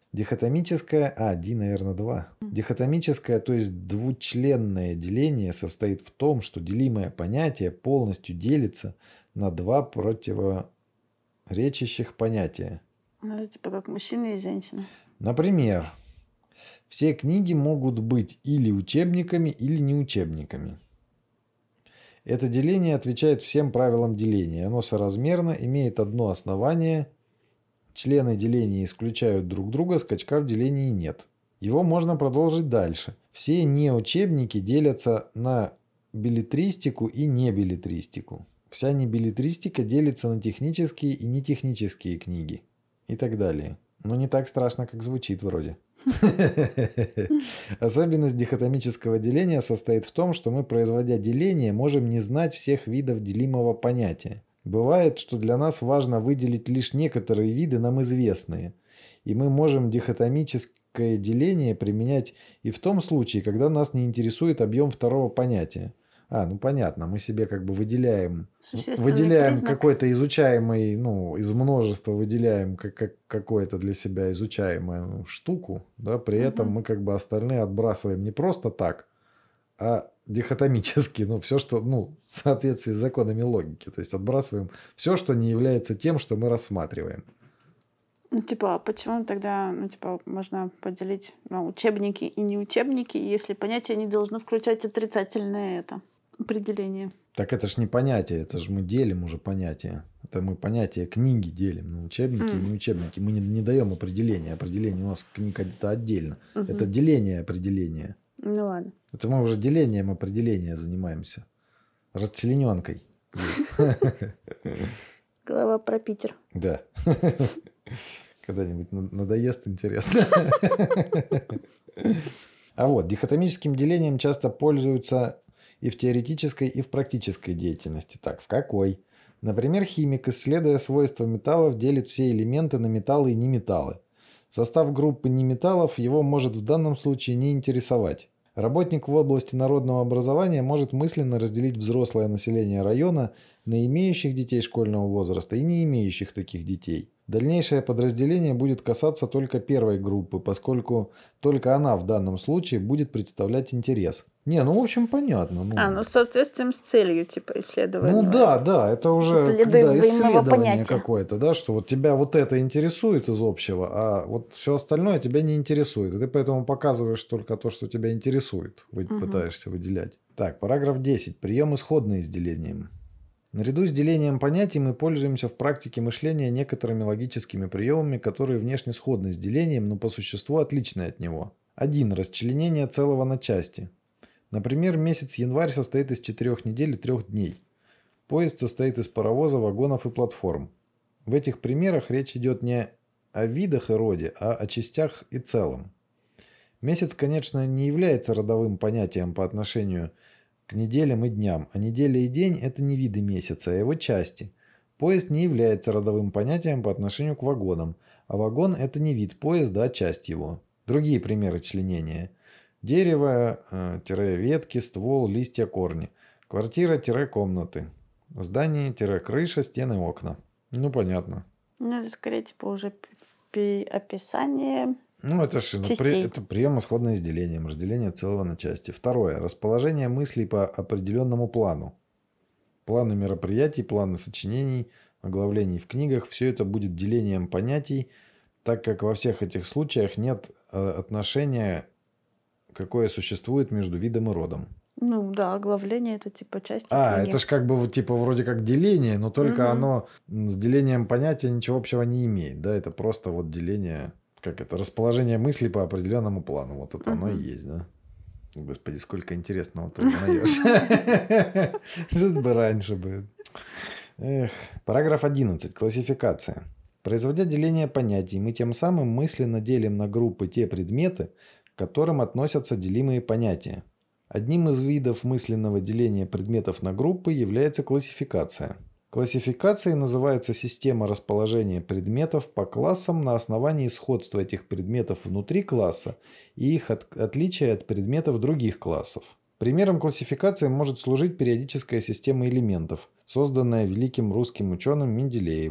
Дихотомическое, а, D, наверное, два. Дихотомическое, то есть двучленное деление состоит в том, что делимое понятие полностью делится на два противоречащих понятия. Ну, это типа как мужчина и женщина. Например, все книги могут быть или учебниками, или не учебниками. Это деление отвечает всем правилам деления. Оно соразмерно, имеет одно основание. Члены деления исключают друг друга, скачка в делении нет. Его можно продолжить дальше. Все неучебники делятся на беллетристику и небеллетристику. Вся небеллетристика делится на технические и нетехнические книги. И так далее. Но не так страшно, как звучит вроде. Особенность дихотомического деления состоит в том, что мы, производя деление, можем не знать всех видов делимого понятия. Бывает, что для нас важно выделить лишь некоторые виды нам известные, и мы можем дихотомическое деление применять и в том случае, когда нас не интересует объем второго понятия. А, ну понятно, мы себе как бы выделяем, выделяем какой-то изучаемый, ну, из множества выделяем как, как, какую-то для себя изучаемую штуку, да, при угу. этом мы как бы остальные отбрасываем не просто так, а дихотомически, ну, все, что, ну, в соответствии с законами логики. То есть отбрасываем все, что не является тем, что мы рассматриваем. Ну, типа, а почему тогда, ну, типа, можно поделить на учебники и неучебники, если понятие не должно включать отрицательное это определение? Так это ж не понятие, это же мы делим уже понятие. Это мы понятие книги делим на учебники mm. и неучебники. Мы не, не даем определения. Определение у нас книг это отдельно. Mm-hmm. Это деление определения. Ну ладно. Это мы уже делением определения занимаемся. Расчлененкой. Голова про Питер. Да. Когда-нибудь надоест, интересно. А вот, дихотомическим делением часто пользуются и в теоретической, и в практической деятельности. Так, в какой? Например, химик, исследуя свойства металлов, делит все элементы на металлы и неметаллы. Состав группы неметаллов его может в данном случае не интересовать. Работник в области народного образования может мысленно разделить взрослое население района на имеющих детей школьного возраста и не имеющих таких детей. Дальнейшее подразделение будет касаться только первой группы, поскольку только она в данном случае будет представлять интерес. Не, ну в общем понятно. Ну, а, ну в соответствии с целью типа исследования. Ну да, да, это уже да, исследование какое-то, да, что вот тебя вот это интересует из общего, а вот все остальное тебя не интересует. И ты поэтому показываешь только то, что тебя интересует, вы угу. пытаешься выделять. Так, параграф десять. Приемы, сходные с делением. Наряду с делением понятий мы пользуемся в практике мышления некоторыми логическими приемами, которые внешне сходны с делением, но по существу отличны от него. один. Расчленение целого на части. Например, месяц январь состоит из четырех недель и трех дней. Поезд состоит из паровоза, вагонов и платформ. В этих примерах речь идет не о видах и роде, а о частях и целом. Месяц, конечно, не является родовым понятием по отношению к неделям и дням, а неделя и день – это не виды месяца, а его части. Поезд не является родовым понятием по отношению к вагонам, а вагон – это не вид поезда, а часть его. Другие примеры членения. Дерево-ветки, ствол, листья, корни. Квартира-комнаты. Здание-крыша, стены, окна. Ну, понятно. Ну, это скорее типа уже описание. Ну, это же при, это прием, сходный с делением, разделение целого на части. Второе. Расположение мыслей по определенному плану. Планы мероприятий, планы сочинений, оглавлений в книгах. Все это будет делением понятий, так как во всех этих случаях нет отношения, какое существует между видом и родом. Ну да, оглавление это типа часть А, книги. это же как бы типа вроде как деление, но только угу. оно с делением понятия ничего общего не имеет. Да, это просто вот деление... Как это? Расположение мыслей по определенному плану. Вот это uh-huh. оно и есть, да? Господи, сколько интересного ты узнаешь. Что бы раньше бы. Эх. Параграф одиннадцать. Классификация. Производя деление понятий, мы тем самым мысленно делим на группы те предметы, к которым относятся делимые понятия. Одним из видов мысленного деления предметов на группы является классификация. Классификацией называется система расположения предметов по классам на основании сходства этих предметов внутри класса и их от, отличия от предметов других классов. Примером классификации может служить периодическая система элементов, созданная великим русским ученым Менделеевым.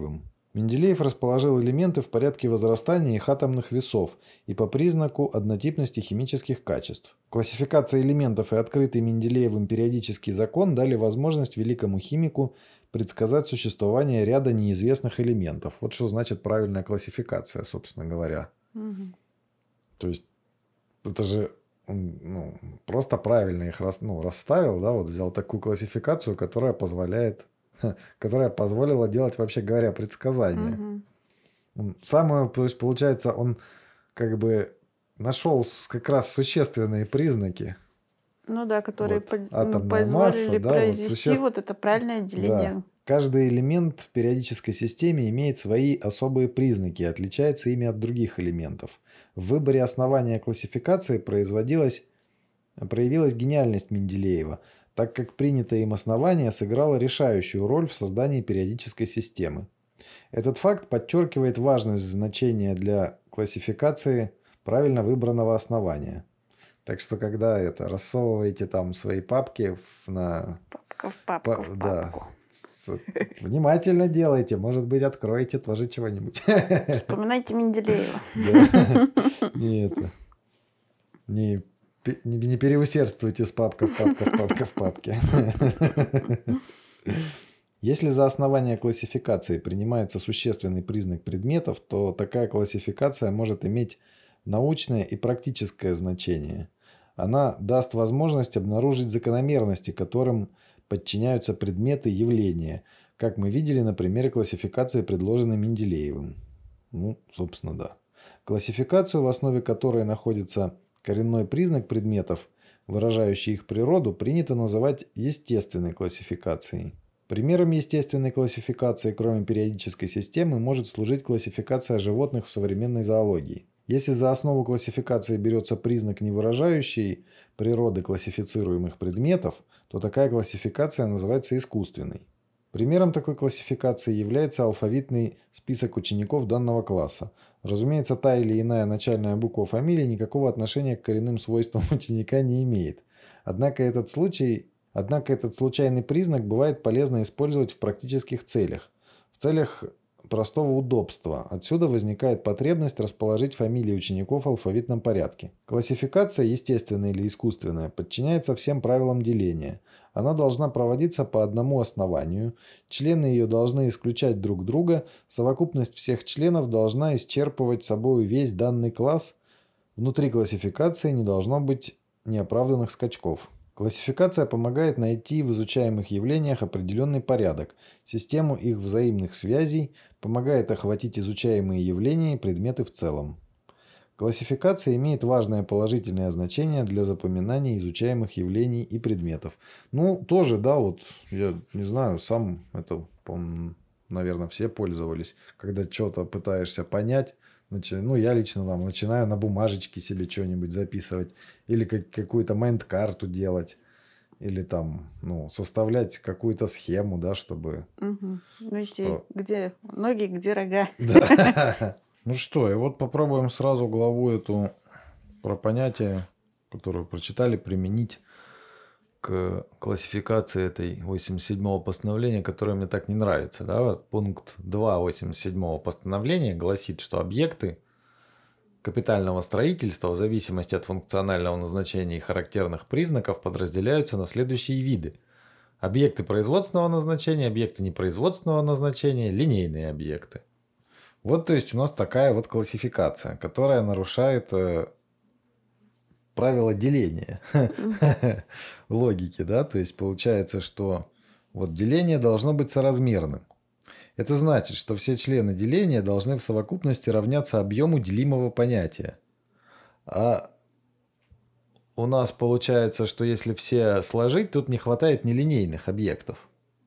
Менделеев расположил элементы в порядке возрастания их атомных весов и по признаку однотипности химических качеств. Классификация элементов и открытый Менделеевым периодический закон дали возможность великому химику предсказать существование ряда неизвестных элементов. Вот что значит правильная классификация, собственно говоря. Мгм. То есть это же ну, просто правильно их рас, ну, расставил, да, вот взял такую классификацию, которая позволяет, которая позволила делать, вообще говоря, предсказания. Мгм. Он самое, то есть получается, он как бы нашел с- как раз существенные признаки. Ну да, которые Вот, под- ну, атомная позволили масса, да, вот произвести существ... вот это правильное Да. деление. Каждый элемент в периодической системе имеет свои особые признаки и отличается ими от других элементов. В выборе основания классификации производилась, проявилась гениальность Менделеева, так как принятое им основание сыграло решающую роль в создании периодической системы. Этот факт подчеркивает важность значения для классификации правильно выбранного основания. Так что, когда это рассовываете там свои папки в- на... Папка в папку па- в да, папку. с- внимательно делайте, может быть, откроете тоже чего-нибудь. Вспоминайте Менделеева. Да. Не это. Не, пе- не, не переусердствуйте с папка в папка в папка в папке. Если за основание классификации принимается существенный признак предметов, то такая классификация может иметь научное и практическое значение. Она даст возможность обнаружить закономерности, которым подчиняются предметы явления, как мы видели на примере классификации, предложенной Менделеевым. Ну, собственно, да. Классификацию, в основе которой находится коренной признак предметов, выражающий их природу, принято называть естественной классификацией. Примером естественной классификации, кроме периодической системы, может служить классификация животных в современной зоологии. Если за основу классификации берется признак, не выражающий природы классифицируемых предметов, то такая классификация называется искусственной. Примером такой классификации является алфавитный список учеников данного класса. Разумеется, та или иная начальная буква фамилии никакого отношения к коренным свойствам ученика не имеет. Однако этот случай Однако этот случайный признак бывает полезно использовать в практических целях. В целях простого удобства. Отсюда возникает потребность расположить фамилии учеников в алфавитном порядке. Классификация, естественная или искусственная, подчиняется всем правилам деления. Она должна проводиться по одному основанию, члены ее должны исключать друг друга, совокупность всех членов должна исчерпывать собой весь данный класс, внутри классификации не должно быть неоправданных скачков. Классификация помогает найти в изучаемых явлениях определенный порядок, систему их взаимных связей, помогает охватить изучаемые явления и предметы в целом. Классификация имеет важное положительное значение для запоминания изучаемых явлений и предметов. Ну, тоже, да, вот, я не знаю, сам это, по-моему, наверное, все пользовались, когда что-то пытаешься понять. Начи- Ну, я лично там начинаю на бумажечке себе что-нибудь записывать, или как, какую-то майнд-карту делать, или там, ну, составлять какую-то схему, да, чтобы... Мгм. Найти, Что? где ноги, где рога. Да. Ну что, и вот попробуем сразу главу эту про понятие, которую прочитали, применить к классификации этой восемьдесят седьмого постановления, которое мне так не нравится. Да? Вот пункт два восемьдесят седьмого постановления гласит, что объекты капитального строительства в зависимости от функционального назначения и характерных признаков подразделяются на следующие виды. Объекты производственного назначения, объекты непроизводственного назначения, линейные объекты. Вот, то есть у нас такая вот классификация, которая нарушает э, правила деления логики, да, то есть получается, что вот деление должно быть соразмерным. Это значит, что все члены деления должны в совокупности равняться объему делимого понятия. А у нас получается, что если все сложить, тут не хватает нелинейных объектов.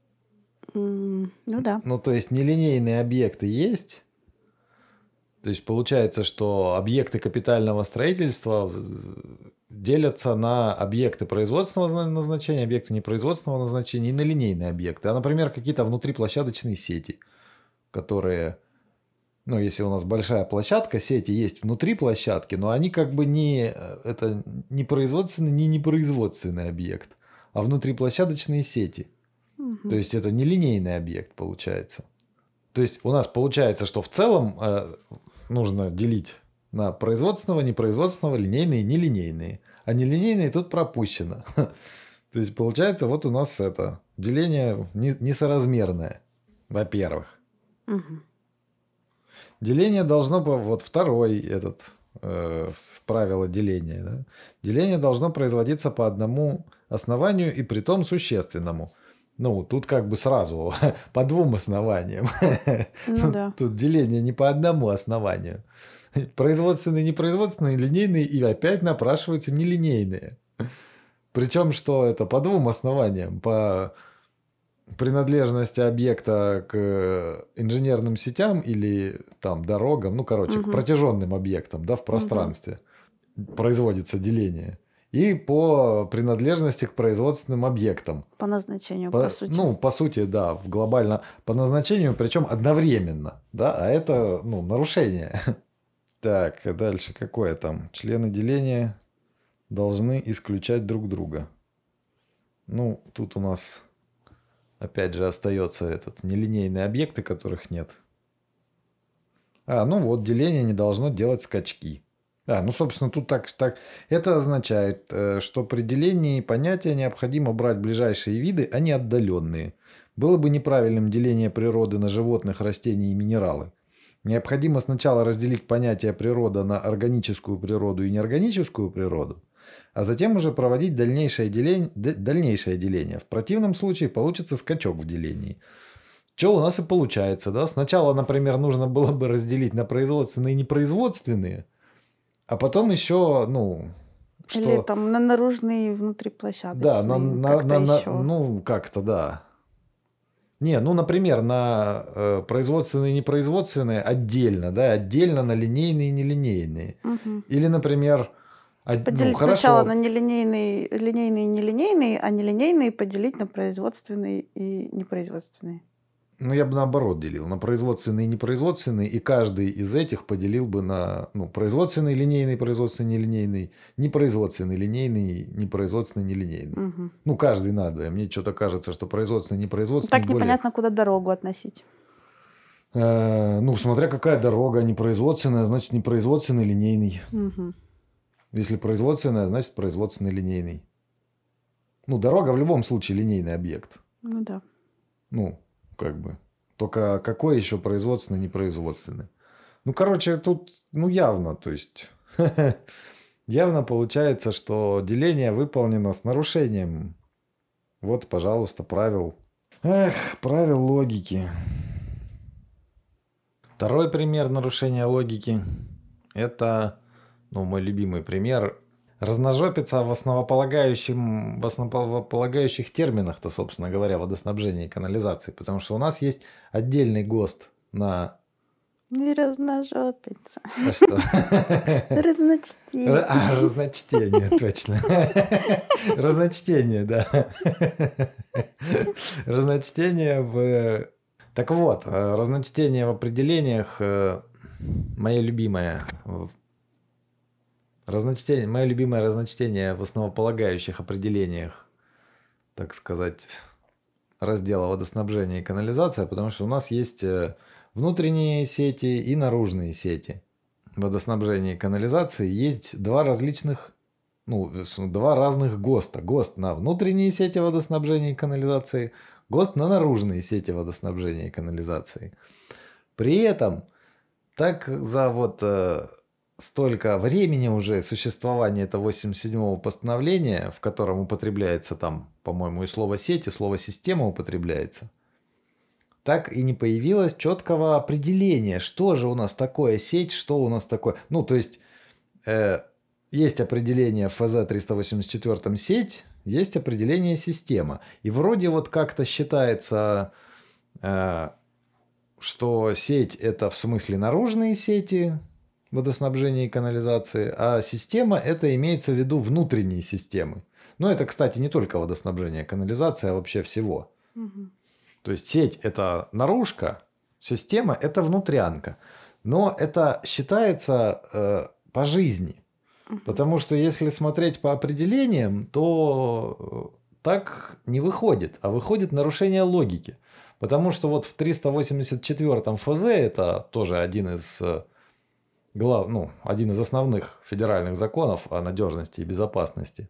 М, Ну да. Ну, то есть нелинейные объекты есть. То есть получается, что объекты капитального строительства делятся на объекты производственного назначения, объекты непроизводственного назначения и на линейные объекты. А, например, какие-то внутриплощадочные сети, которые, ну, если у нас большая площадка, сети есть внутри площадки, но они как бы не, это не производственный, не непроизводственный объект, а внутриплощадочные сети. Мгм. То есть это не линейный объект получается. То есть у нас получается, что в целом э, нужно делить на производственного, непроизводственного, линейные, нелинейные. А нелинейные тут пропущено. То есть получается вот у нас это деление несоразмерное, во-первых. Угу. Деление должно быть, вот второй этот э, правило деления. Да? Деление должно производиться по одному основанию и притом существенному. Ну, тут как бы сразу по двум основаниям. Ну да. Тут деление не по одному основанию. Производственные, непроизводственные, линейные и опять напрашиваются нелинейные. Причем, что это по двум основаниям. По принадлежности объекта к инженерным сетям или там дорогам, ну, короче, Угу. к протяженным объектам, да, в пространстве угу. производится деление. И по принадлежности к производственным объектам. По назначению, по, по сути. Ну, по сути, да, глобально по назначению, причем одновременно, да, а это, ну, нарушение. Так, дальше какое там? Члены деления должны исключать друг друга. Ну, тут у нас опять же остается этот нелинейные объекты, которых нет. А, ну вот, деление не должно делать скачки. А, ну, собственно, тут так, так. Это означает, что при делении понятия необходимо брать ближайшие виды, а не отдаленные. Было бы неправильным деление природы на животных, растения и минералы. Необходимо сначала разделить понятие природа на органическую природу и неорганическую природу, а затем уже проводить дальнейшее деление, дальнейшее деление. В противном случае получится скачок в делении. Что у нас и получается, да? Сначала, например, нужно было бы разделить на производственные и непроизводственные, а потом еще, ну, что... Или там на наружные и внутриплощадочные. Да, на, на, на, на, ну, как-то, да. Не, ну, например, на э, производственные и непроизводственные отдельно, да, отдельно на линейные и нелинейные. Угу. Или, например... Поделить ну, сначала хорошо. на нелинейные, линейные и нелинейные, а нелинейные поделить на производственные и непроизводственные. Ну, я бы наоборот делил на производственные и непроизводственные, и каждый из этих поделил бы на ну, производственный, линейный, производственный, нелинейный, непроизводственный, линейный, непроизводственный, нелинейный. Угу. Ну, каждый на два. Мне что-то кажется, что производственный, непроизводственный так более... непонятно, куда дорогу относить. Э, ну, смотря какая дорога, непроизводственная, значит, непроизводственный, линейный. Угу. Если производственная, значит, производственный, линейный. Ну, дорога в любом случае линейный объект. Ну, да. Ну, как бы. Только какой еще производственный, непроизводственный? Ну, короче, тут, ну, явно, то есть, явно получается, что деление выполнено с нарушением. Вот, пожалуйста, правил. Эх, правил логики. Второй пример нарушения логики – это, ну, мой любимый пример. Разножопица в основополагающем, в основополагающих терминах-то, собственно говоря, водоснабжения и канализации. Потому что у нас есть отдельный ГОСТ на... Не разножопица. А что? Разночтение. А, разночтение, точно. Разночтение, да. Разночтение в... Так вот, разночтение в определениях моя любимая... Разночтение, мое любимое разночтение в основополагающих определениях, так сказать, раздела водоснабжения и канализация, потому что у нас есть внутренние сети и наружные сети. В водоснабжении и канализации есть два различных, ну, два разных ГОСТа. ГОСТ на внутренние сети водоснабжения и канализации, ГОСТ на наружные сети водоснабжения и канализации. При этом, так за вот... столько времени уже существования этого восемьдесят седьмого постановления, в котором употребляется там, по-моему, и слово «сеть», и слово «система» употребляется, так и не появилось четкого определения, что же у нас такое сеть, что у нас такое... Ну, то есть, э, есть определение в эф зэ триста восемьдесят четыре сеть, есть определение система. И вроде вот как-то считается... Э, что сеть – это в смысле наружные сети водоснабжения и канализации, а система – это имеется в виду внутренние системы. Но это, кстати, не только водоснабжение и канализация, а вообще всего. Угу. То есть сеть – это наружка, система – это внутрянка. Но это считается э, по жизни. Угу. Потому что если смотреть по определениям, то так не выходит, а выходит нарушение логики. Потому что вот в триста восемьдесят четвёртом ФЗ, это тоже один из, э, глав, ну, один из основных федеральных законов о надежности и безопасности,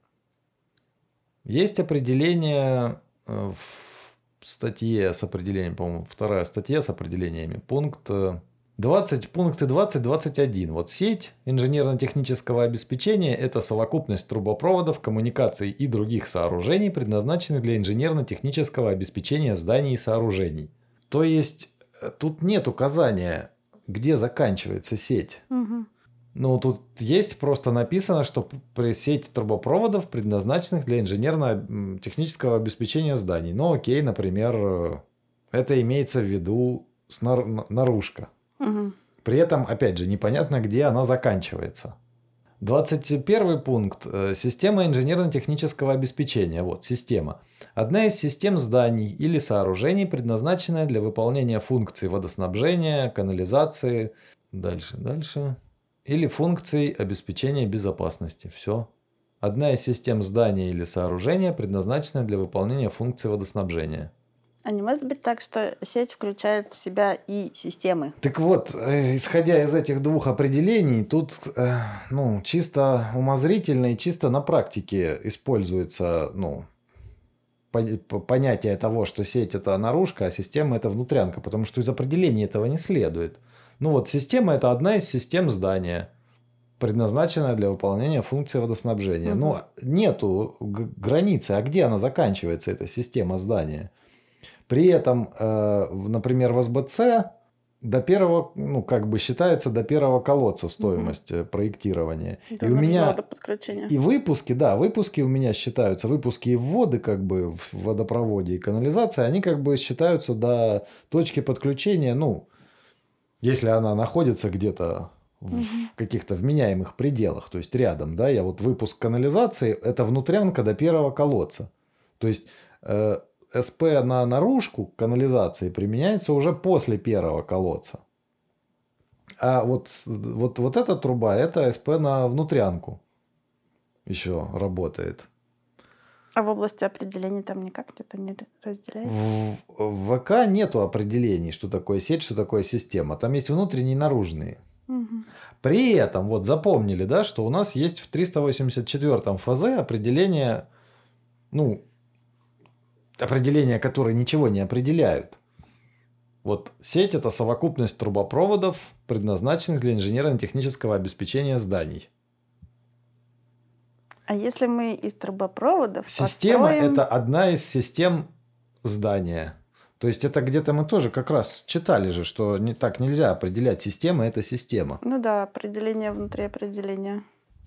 есть определение э, в статье с определением, по-моему, вторая статья с определениями, пункт э, двадцать, пункты двадцать двадцать один. Вот сеть инженерно-технического обеспечения – это совокупность трубопроводов, коммуникаций и других сооружений, предназначенных для инженерно-технического обеспечения зданий и сооружений. То есть э, тут нет указания, где заканчивается сеть. Мгм. Ну, тут есть просто написано, что при сеть трубопроводов, предназначенных для инженерно-технического обеспечения зданий. Ну, окей, например, э, это имеется в виду снар- н- наружка. Мгм. При этом, опять же, непонятно, где она заканчивается. двадцать первый пункт. э, Система инженерно-технического обеспечения. Вот, система. Одна из систем зданий или сооружений, предназначенная для выполнения функций водоснабжения, канализации. Дальше, дальше. Или функций обеспечения безопасности. Все. Одна из систем здания или сооружения, предназначенная для выполнения функций водоснабжения. А не может быть так, что сеть включает в себя и системы? Так вот, э, исходя из этих двух определений, тут э, ну, чисто умозрительно и чисто на практике используется ну, по- по- понятие того, что сеть это наружка, а система это внутрянка, потому что из определений этого не следует. Ну вот, система это одна из систем здания, предназначенная для выполнения функции водоснабжения. Мгм. Но нету г- границы, а где она заканчивается, эта система здания. При этом, э, в- например, в СБЦ до первого, ну, как бы считается до первого колодца стоимость э, проектирования. До И у меня ночного подключения. и выпуски, да, выпуски у меня считаются, выпуски и вводы как бы в водопроводе и канализации, они как бы считаются до точки подключения, ну, если она находится где-то в Мгм. каких-то вменяемых пределах, то есть рядом, да, я вот выпуск канализации, это внутрянка до первого колодца. То есть э, СП на наружку канализации применяется уже после первого колодца. А вот, с- вот, вот эта труба, это СП на внутрянку еще работает. А в области определений там никак где-то не разделяется? В, в ВК нету определений, что такое сеть, что такое система. Там есть внутренние и наружные. Мгм. При этом, вот запомнили, да, что у нас есть в триста восемьдесят четвёртом ФЗ определение, ну, определения, которые ничего не определяют. Вот сеть – это совокупность трубопроводов, предназначенных для инженерно-технического обеспечения зданий. А если мы из трубопроводов Система – построим... это одна из систем здания. То есть это где-то мы тоже как раз читали же, что не, так нельзя определять. Система – это система. Ну да, определение внутри определения.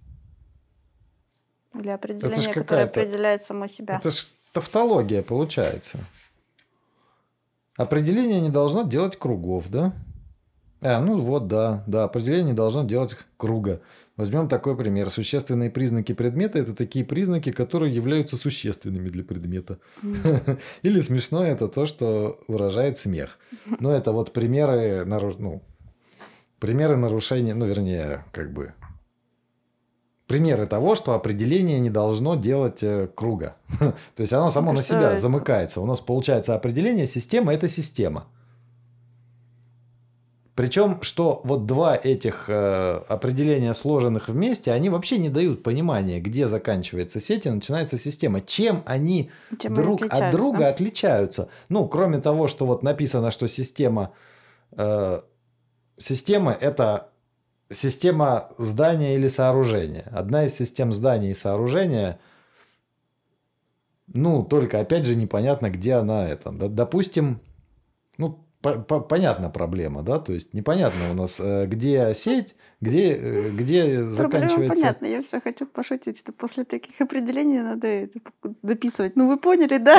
Или определение, ж которое какая-то- определяет само себя. Это ж тавтология получается. Определение не должно делать кругов, да? А, ну вот, да, да, определение не должно делать круга. Возьмем такой пример. Существенные признаки предмета – это такие признаки, которые являются существенными для предмета. М. Или смешное – это то, что выражает смех. Но это вот примеры, нару- ну, примеры нарушения, ну, вернее, как бы примеры того, что определение не должно делать э, круга. То есть оно само Ну, на что себя это? замыкается. У нас получается определение система – это система. Причем, что вот два этих э, определения, сложенных вместе, они вообще не дают понимания, где заканчивается сеть и начинается система. Чем они Чем они друг от отличаются, друга да? отличаются? Ну, кроме того, что вот написано, что система, э, система – это система здания или сооружения. Одна из систем здания и сооружения, ну, только опять же непонятно, где она это. Да, допустим, ну, по- по- понятна проблема, да, то есть непонятно у нас, э, где сеть, где, э, где Проблема заканчивается... понятна. Я все хочу пошутить, что после таких определений надо это дописывать. Ну, вы поняли, да?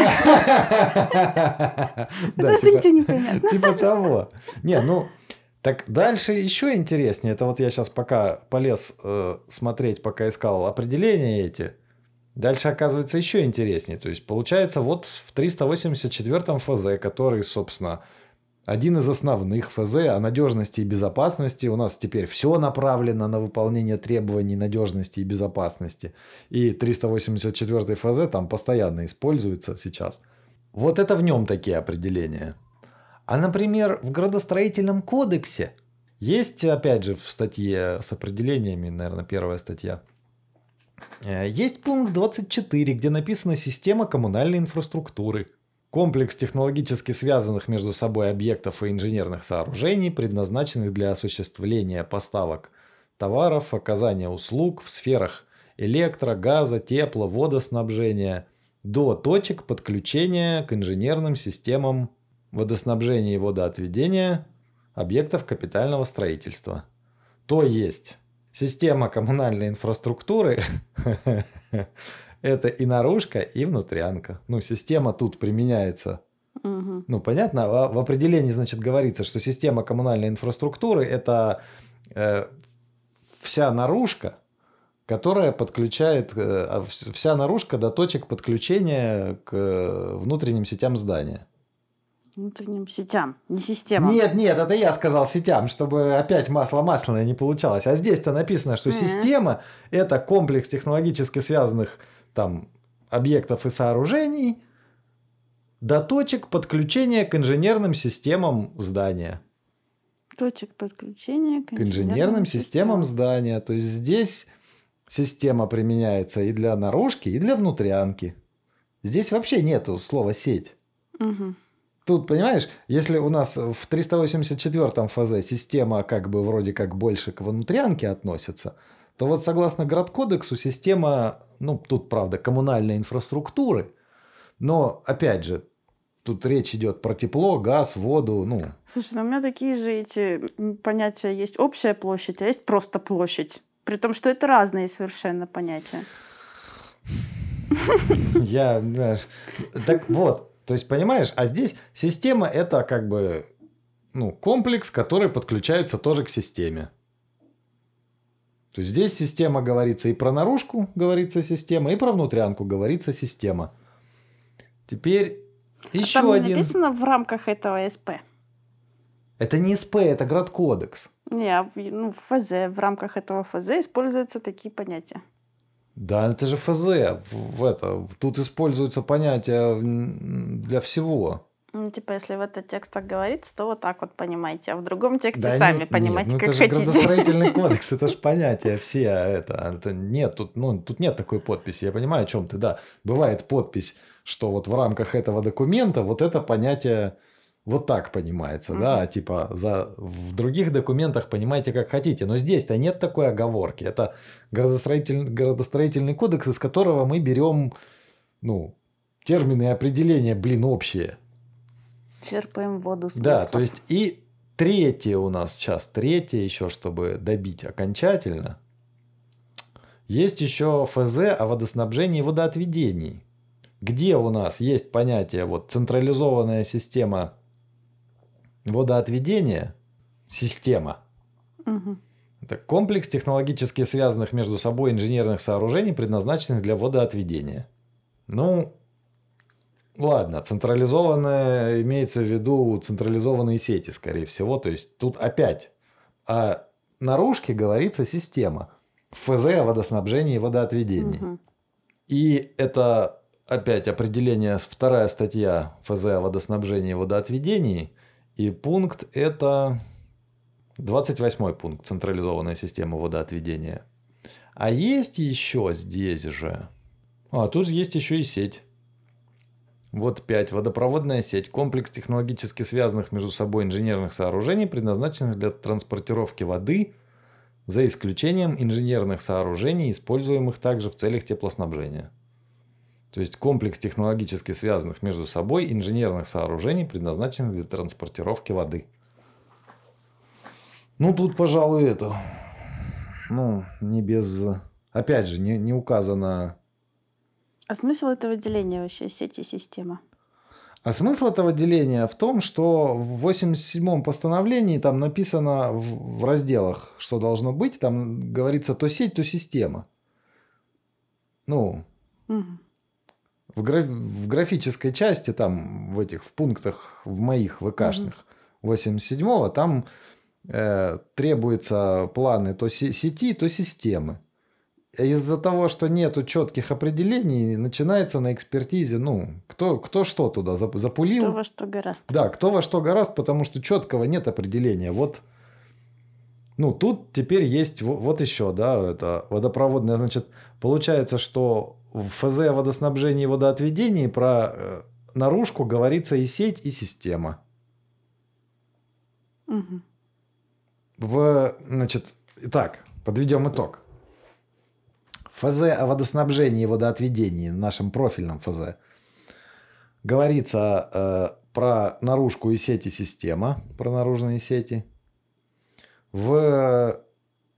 Да, Потому что типа- ничего не понятно. Типа того. Не, ну, так дальше еще интереснее. Это вот я сейчас пока полез э, смотреть, пока искал определения эти. Дальше оказывается еще интереснее. То есть получается вот в триста восемьдесят четвёртом ФЗ, который, собственно, один из основных ФЗ о надежности и безопасности. У нас теперь все направлено на выполнение требований надежности и безопасности. И триста восемьдесят четвёртый ФЗ там постоянно используется сейчас. Вот это в нем такие определения. А, например, в градостроительном кодексе есть, опять же, в статье с определениями, наверное, первая статья, есть пункт двадцать четыре, где написана система коммунальной инфраструктуры. Комплекс технологически связанных между собой объектов и инженерных сооружений, предназначенных для осуществления поставок товаров, оказания услуг в сферах электро, газа, тепло, водоснабжения до точек подключения к инженерным системам водоснабжения и водоотведения объектов капитального строительства. То есть система коммунальной инфраструктуры это и наружка, и внутрянка. Ну, система тут применяется. Угу. Ну, понятно, в определении, значит, говорится, что система коммунальной инфраструктуры это э, вся наружка, которая подключает, э, вся наружка до точек подключения к внутренним сетям здания. Внутренним сетям, не системам. Нет, нет, это я сказал сетям, чтобы опять масло масляное не получалось. А здесь-то написано, что Мгм. система – это комплекс технологически связанных там объектов и сооружений до точек подключения к инженерным системам здания. Точек подключения к К инженерным системам здания. То есть здесь система применяется и для наружки, и для внутрянки. Здесь вообще нету слова «сеть». Угу. Тут, понимаешь, если у нас в триста восемьдесят четвёртом ФЗ система как бы вроде как больше к внутрянке относится, то вот согласно Градкодексу система, ну тут правда коммунальной инфраструктуры, но опять же, тут речь идет про тепло, газ, воду, ну... Слушай, ну у меня такие же эти м, понятия есть общая площадь, а есть просто площадь. При том, что это разные совершенно понятия. Я, знаешь, так вот, то есть, понимаешь, а здесь система это как бы, ну, комплекс, который подключается тоже к системе. То есть, здесь система говорится и про наружку говорится система, и про внутрянку говорится система. Теперь еще а там не один. написано в рамках этого СП? Это не СП, это Градкодекс. Не, а в- ну, в ФЗ, в рамках этого ФЗ используются такие понятия. Да, это же ФЗ. В, в это, тут используются понятия м, для всего. Ну, типа, если в этот текст так говорится, то вот так вот понимаете, а в другом тексте Да сами нет, понимаете, нет, ну как это же хотите. градостроительный кодекс, это же понятия все. Это, это нет, тут, ну, тут нет такой подписи. Я понимаю, о чем ты, да. Бывает подпись, что вот в рамках этого документа вот это понятие вот так понимается, Мгм. да, типа за, в других документах понимаете как хотите. Но здесь-то нет такой оговорки. Это градостроительный, градостроительный кодекс, из которого мы берем, ну, термины и определения, блин, общие. Черпаем воду с Да, смыслов. то есть и третье у нас сейчас, третье еще, чтобы добить окончательно. Есть еще ФЗ о водоснабжении и водоотведении, где у нас есть понятие вот централизованная система водоотведения, система. Мгм. Это комплекс технологически связанных между собой инженерных сооружений, предназначенных для водоотведения. Ну, ладно, централизованное имеется в виду централизованные сети, скорее всего. То есть тут опять о наружке говорится система. В ФЗ о водоснабжении и водоотведении. Мгм. И это опять определение, вторая статья ФЗ о водоснабжении и водоотведении. И пункт это двадцать восьмой пункт, централизованная система водоотведения. А есть еще здесь же... А, тут есть еще и сеть. Вот пять. Водопроводная сеть. Комплекс технологически связанных между собой инженерных сооружений, предназначенных для транспортировки воды, за исключением инженерных сооружений, используемых также в целях теплоснабжения. То есть комплекс технологически связанных между собой инженерных сооружений, предназначенных для транспортировки воды. Ну, тут, пожалуй, это... Ну, не без... Опять же, не, не указано... А смысл этого деления вообще сети и система? А смысл этого деления в том, что в восемьдесят седьмом постановлении там написано в, в разделах, что должно быть, там говорится то сеть, то система. Ну, Мгм. в, гра- в графической части, там в этих, в пунктах, в моих ВКшных восемьдесят седьмого, там э, требуются планы то се- сети, то системы. из-за того, что нету четких определений, начинается на экспертизе, ну, кто, кто что туда зап- запулил. Кто во что гораст. Да, кто во что гораст, потому что четкого нет определения. Вот, ну, тут теперь есть вот, вот еще, да, это водопроводное, значит, получается, что в ФЗ о водоснабжении и водоотведении про э, наружку говорится и сеть, и система. Угу. В, значит, итак, подведем итог. ФЗ о водоснабжении и водоотведении, нашем профильном ФЗ, говорится э, про наружку и сети система, про наружные сети. В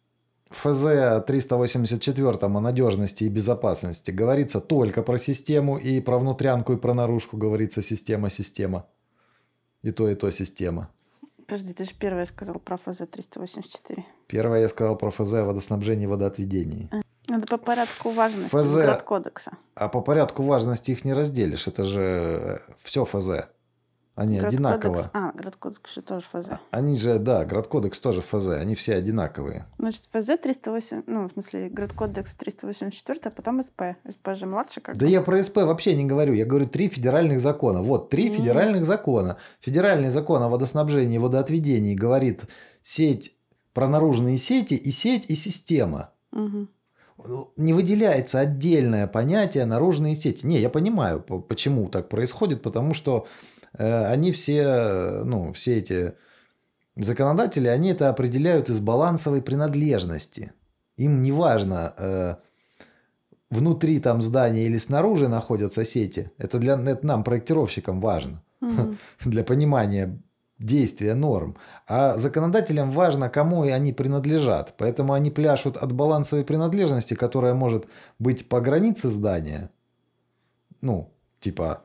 ФЗ триста восемьдесят четыре о надежности и безопасности говорится только про систему, и про внутрянку, и про наружку говорится система-система. И то, и то система. Подожди, ты же первое сказал про ФЗ триста восемьдесят четыре. Первое я сказал про ФЗ о водоснабжении и водоотведении. Это по порядку важности ФЗ... Градкодекса. А по порядку важности их не разделишь. Это же все ФЗ. Они Градкодекс- одинаково. А, Градкодекс же тоже ФЗ. Они же, да, Градкодекс тоже ФЗ. Они все одинаковые. Значит, ФЗ триста восемь, ну, в смысле, Градкодекс триста восемьдесят четыре, а потом СП. СП же младше как Да бы. я про СП вообще не говорю. Я говорю три федеральных закона. Вот, три М. федеральных закона. Федеральный закон о водоснабжении и водоотведении говорит сеть про наружные сети и сеть и система. Мгм. Не выделяется отдельное понятие наружные сети. Не, я понимаю, по- почему так происходит, потому что э, они все, э, ну, все эти законодатели, они это определяют из балансовой принадлежности. Им не важно, э, внутри там здания или снаружи находятся сети. Это для это нам, проектировщикам, важно Мгм. для понимания действия норм. А законодателям важно, кому и они принадлежат. Поэтому они пляшут от балансовой принадлежности, которая может быть по границе здания. Ну, типа,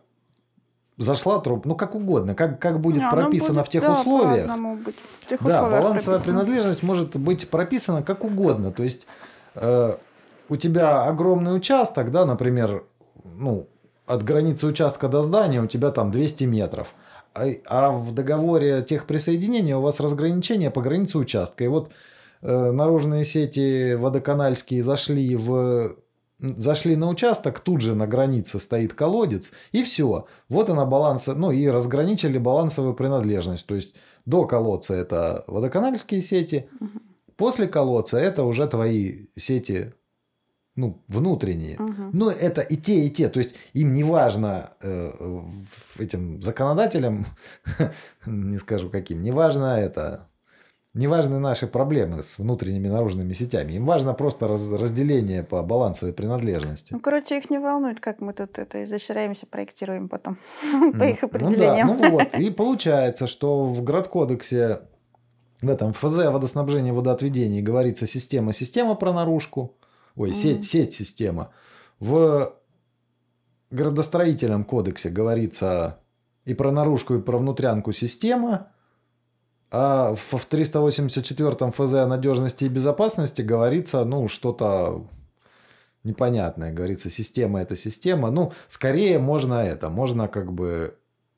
зашла труба, ну как угодно, как, как будет Не, оно прописано будет, в тех да, условиях. по-разному быть. В тех Да, условиях балансовая прописано. принадлежность может быть прописана как угодно. То есть э, у тебя огромный участок, да, например, ну, от границы участка до здания у тебя там двести метров. А, а в договоре техприсоединения у вас разграничение по границе участка. И вот э, наружные сети водоканальские зашли в зашли на участок, тут же на границе стоит колодец, и все. Вот она баланс, ну и разграничили балансовую принадлежность. То есть до колодца это водоканальские сети, Мгм. после колодца это уже твои сети, ну, внутренние. Мгм. Но это и те, и те. То есть им не важно э, этим законодателям, не скажу каким, не важно это, не важны наши проблемы с внутренними и наружными сетями. Им важно просто раз- разделение по балансовой принадлежности. Ну, короче, их не волнует, как мы тут это изощряемся, проектируем потом по Ну, их ну да, определениям. ну вот. И получается, что в Градкодексе, в этом ФЗ о водоснабжении и водоотведении говорится система, система про наружку. Ой, сеть, Мгм. сеть, система. В градостроительном кодексе говорится и про наружку, и про внутрянку система. А в в триста восемьдесят четвёртом ФЗ о надежности и безопасности говорится, ну, что-то непонятное. Говорится, система это система. Ну, скорее можно это. Можно как бы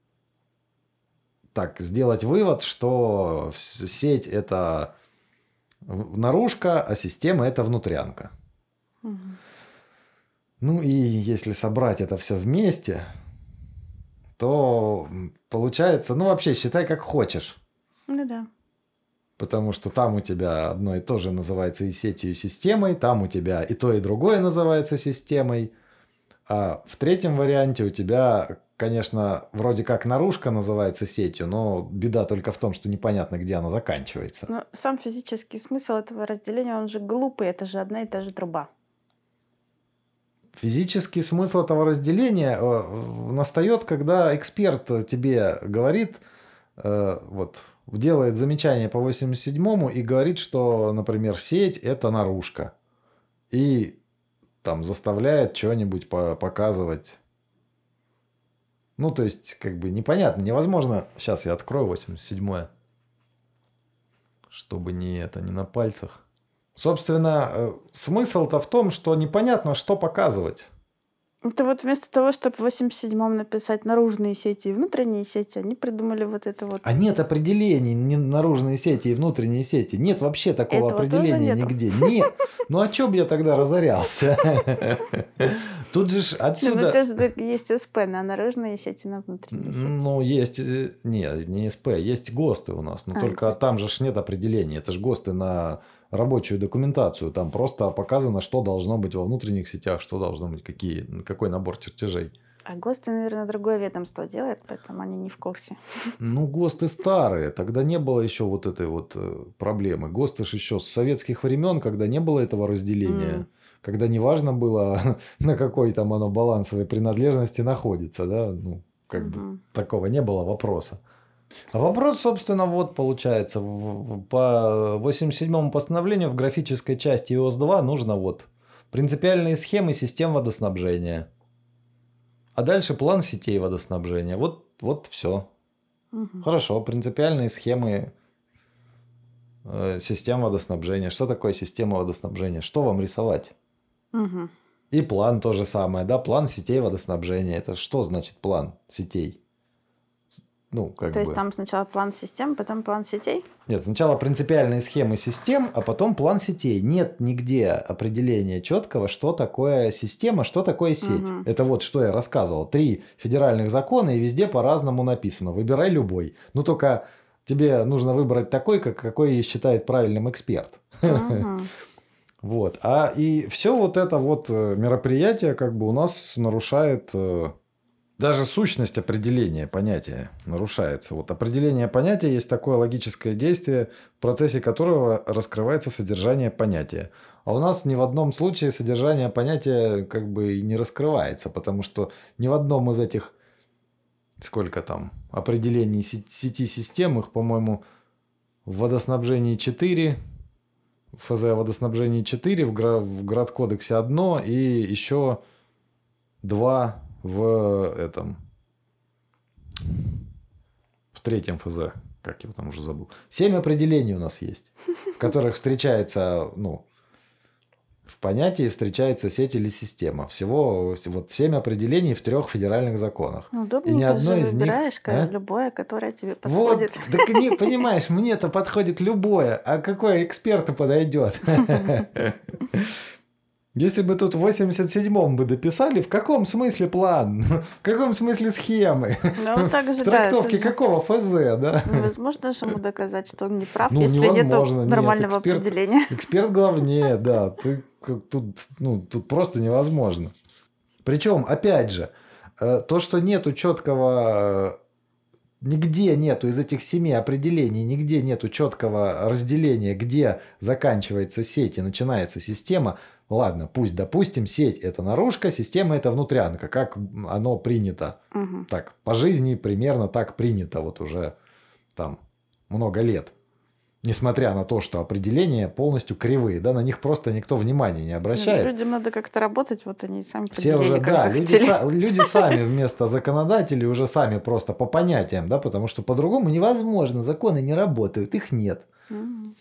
так сделать вывод, что с- сеть это в- наружка, а система это внутрянка. Мгм. Ну и если собрать это все вместе, то м, получается, ну вообще считай как хочешь. Ну да. Потому что там у тебя одно и то же называется и сетью, и системой, там у тебя и то, и другое называется системой. А в третьем варианте у тебя, конечно, вроде как наружка называется сетью, но беда только в том, что непонятно, где она заканчивается. Но сам физический смысл этого разделения, он же глупый, это же одна и та же труба. Физический смысл этого разделения э, настает, когда эксперт тебе говорит, э, вот, делает замечание по восемьдесят седьмому и говорит, что, например, сеть это наружка. И там заставляет что-нибудь по- показывать. Ну, то есть, как бы непонятно, невозможно. Сейчас я открою восемьдесят седьмое, чтобы не это, не на пальцах. Собственно, э, смысл-то в том, что непонятно, что показывать. Это вот вместо того, чтобы в восемьдесят седьмом написать наружные сети и внутренние сети, они придумали вот это вот. А нет определений, не наружные сети и внутренние сети. Нет вообще такого Этого тоже определения нету? нигде. Нет. Ну а чё бы я тогда разорялся? Тут же ж Ну, отсюда... это же есть СП на наружные сети, на внутренние сети. Ну, есть... э, Не, не СП, есть ГОСТы у нас. Но А, только ГОСТы. там же ж нет определения. Это же ГОСТы на рабочую документацию. Там просто показано, что должно быть во внутренних сетях, что должно быть, какие, какой набор чертежей. А ГОСТы, наверное, другое ведомство делает, поэтому они не в курсе. Ну, ГОСТы старые. Тогда не было еще вот этой вот э, проблемы. ГОСТы ж еще с советских времен, когда не было этого разделения, М. когда не важно было, на какой там оно балансовой принадлежности находится, да, ну, как бы Мгм. такого не было вопроса. А вопрос, собственно, вот получается. в- в- По восемьдесят седьмому постановлению в графической части и о эс два нужно вот принципиальные схемы систем водоснабжения. А дальше план сетей водоснабжения. Вот, вот все. Мгм. Хорошо, принципиальные схемы э, систем водоснабжения. Что такое система водоснабжения? Что вам рисовать? Мгм. И план то же самое, да, план сетей водоснабжения. Это что значит план сетей? Ну, как То есть бы... там сначала план систем, потом план сетей? Нет, сначала принципиальные схемы систем, а потом план сетей. Нет нигде определения четкого, что такое система, что такое сеть. Мгм. Это вот что я рассказывал. Три федеральных закона, и везде по-разному написано. Выбирай любой. Ну, только тебе нужно выбрать такой, как, какой считает правильным эксперт. Мгм. Вот. А и все вот это вот э, мероприятие как бы у нас нарушает... э, Даже сущность определения понятия нарушается. Вот определение понятия есть такое логическое действие, в процессе которого раскрывается содержание понятия. А у нас ни в одном случае содержание понятия как бы и не раскрывается, потому что ни в одном из этих, сколько там, определений се- сети систем, их, по-моему, в водоснабжении четыре, в ФЗ о водоснабжении четыре, в, гра- в Градкодексе одно и еще два в этом... в третьем ФЗ, как я его там уже забыл. Семь определений у нас есть, в которых встречается, ну, в понятии встречается сеть или система. Всего вот семь определений в трех федеральных законах. Ну, И ни удобненько одно же из них... выбираешь ка- А? любое, которое тебе Вот, подходит. так не, понимаешь, мне-то подходит любое, а какое эксперту подойдет? Если бы тут в восемьдесят седьмом бы дописали, в каком смысле план? В каком смысле схемы? Ну, вот так В же, да. это трактовке же какого ФЗ, да? невозможно же ему доказать, что он не прав, Ну, если нет невозможно. Нет, нормального эксперт- определения. Эксперт главнее, да. Ты, как, тут, ну, тут просто невозможно. Причем, опять же, э, то, что нету четкого... э, Нигде нету из этих семи определений, нигде нету четкого разделения, где заканчивается сеть и начинается система. Ладно, пусть, допустим, сеть – это наружка, система – это внутрянка, как оно принято. Мгм. Так, по жизни примерно так принято вот уже там много лет. Несмотря на то, что определения полностью кривые, да, на них просто никто внимания не Ну, обращает. людям надо как-то работать, вот они сами Все поделили, уже, как да, люди, захотели. са- люди сами вместо законодателей уже сами просто по понятиям, да, потому что по-другому невозможно, законы не работают, их нет. Мгм.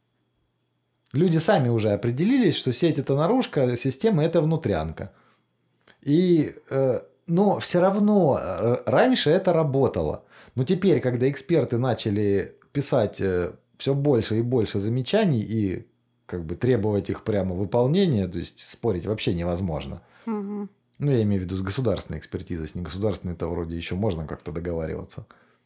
Люди сами уже определились, что сеть это наружка, система это внутрянка. И, э, но все равно э, раньше это работало. Но теперь, когда эксперты начали писать все больше и больше замечаний и как бы требовать их прямо выполнения, то есть спорить вообще невозможно. Мгм. Ну, я имею в виду с государственной экспертизой, с негосударственной-то вроде еще можно как-то договариваться.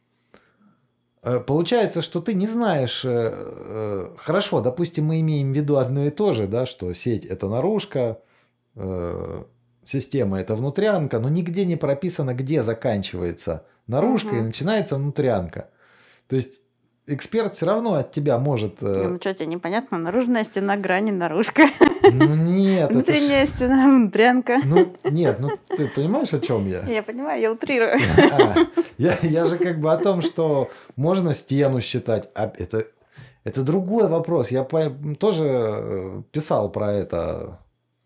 Э, Получается, что ты не знаешь, э, э, хорошо, допустим, мы имеем в виду одно и то же, да, что сеть это наружка, э, система это внутрянка, но нигде не прописано, где заканчивается наружка и Мгм. начинается внутрянка. То есть эксперт все равно от тебя может... Не, э, Ну, что тебе непонятно? Наружная стена, грани, наружка. Ну нет, это ж- Внутренняя стена, внутрянка. Ну нет, ну ты понимаешь, о чем я? Я понимаю, я утрирую. А, я, я же как бы о том, что можно стену считать. А это, это другой вопрос. Я по- тоже э, писал про это.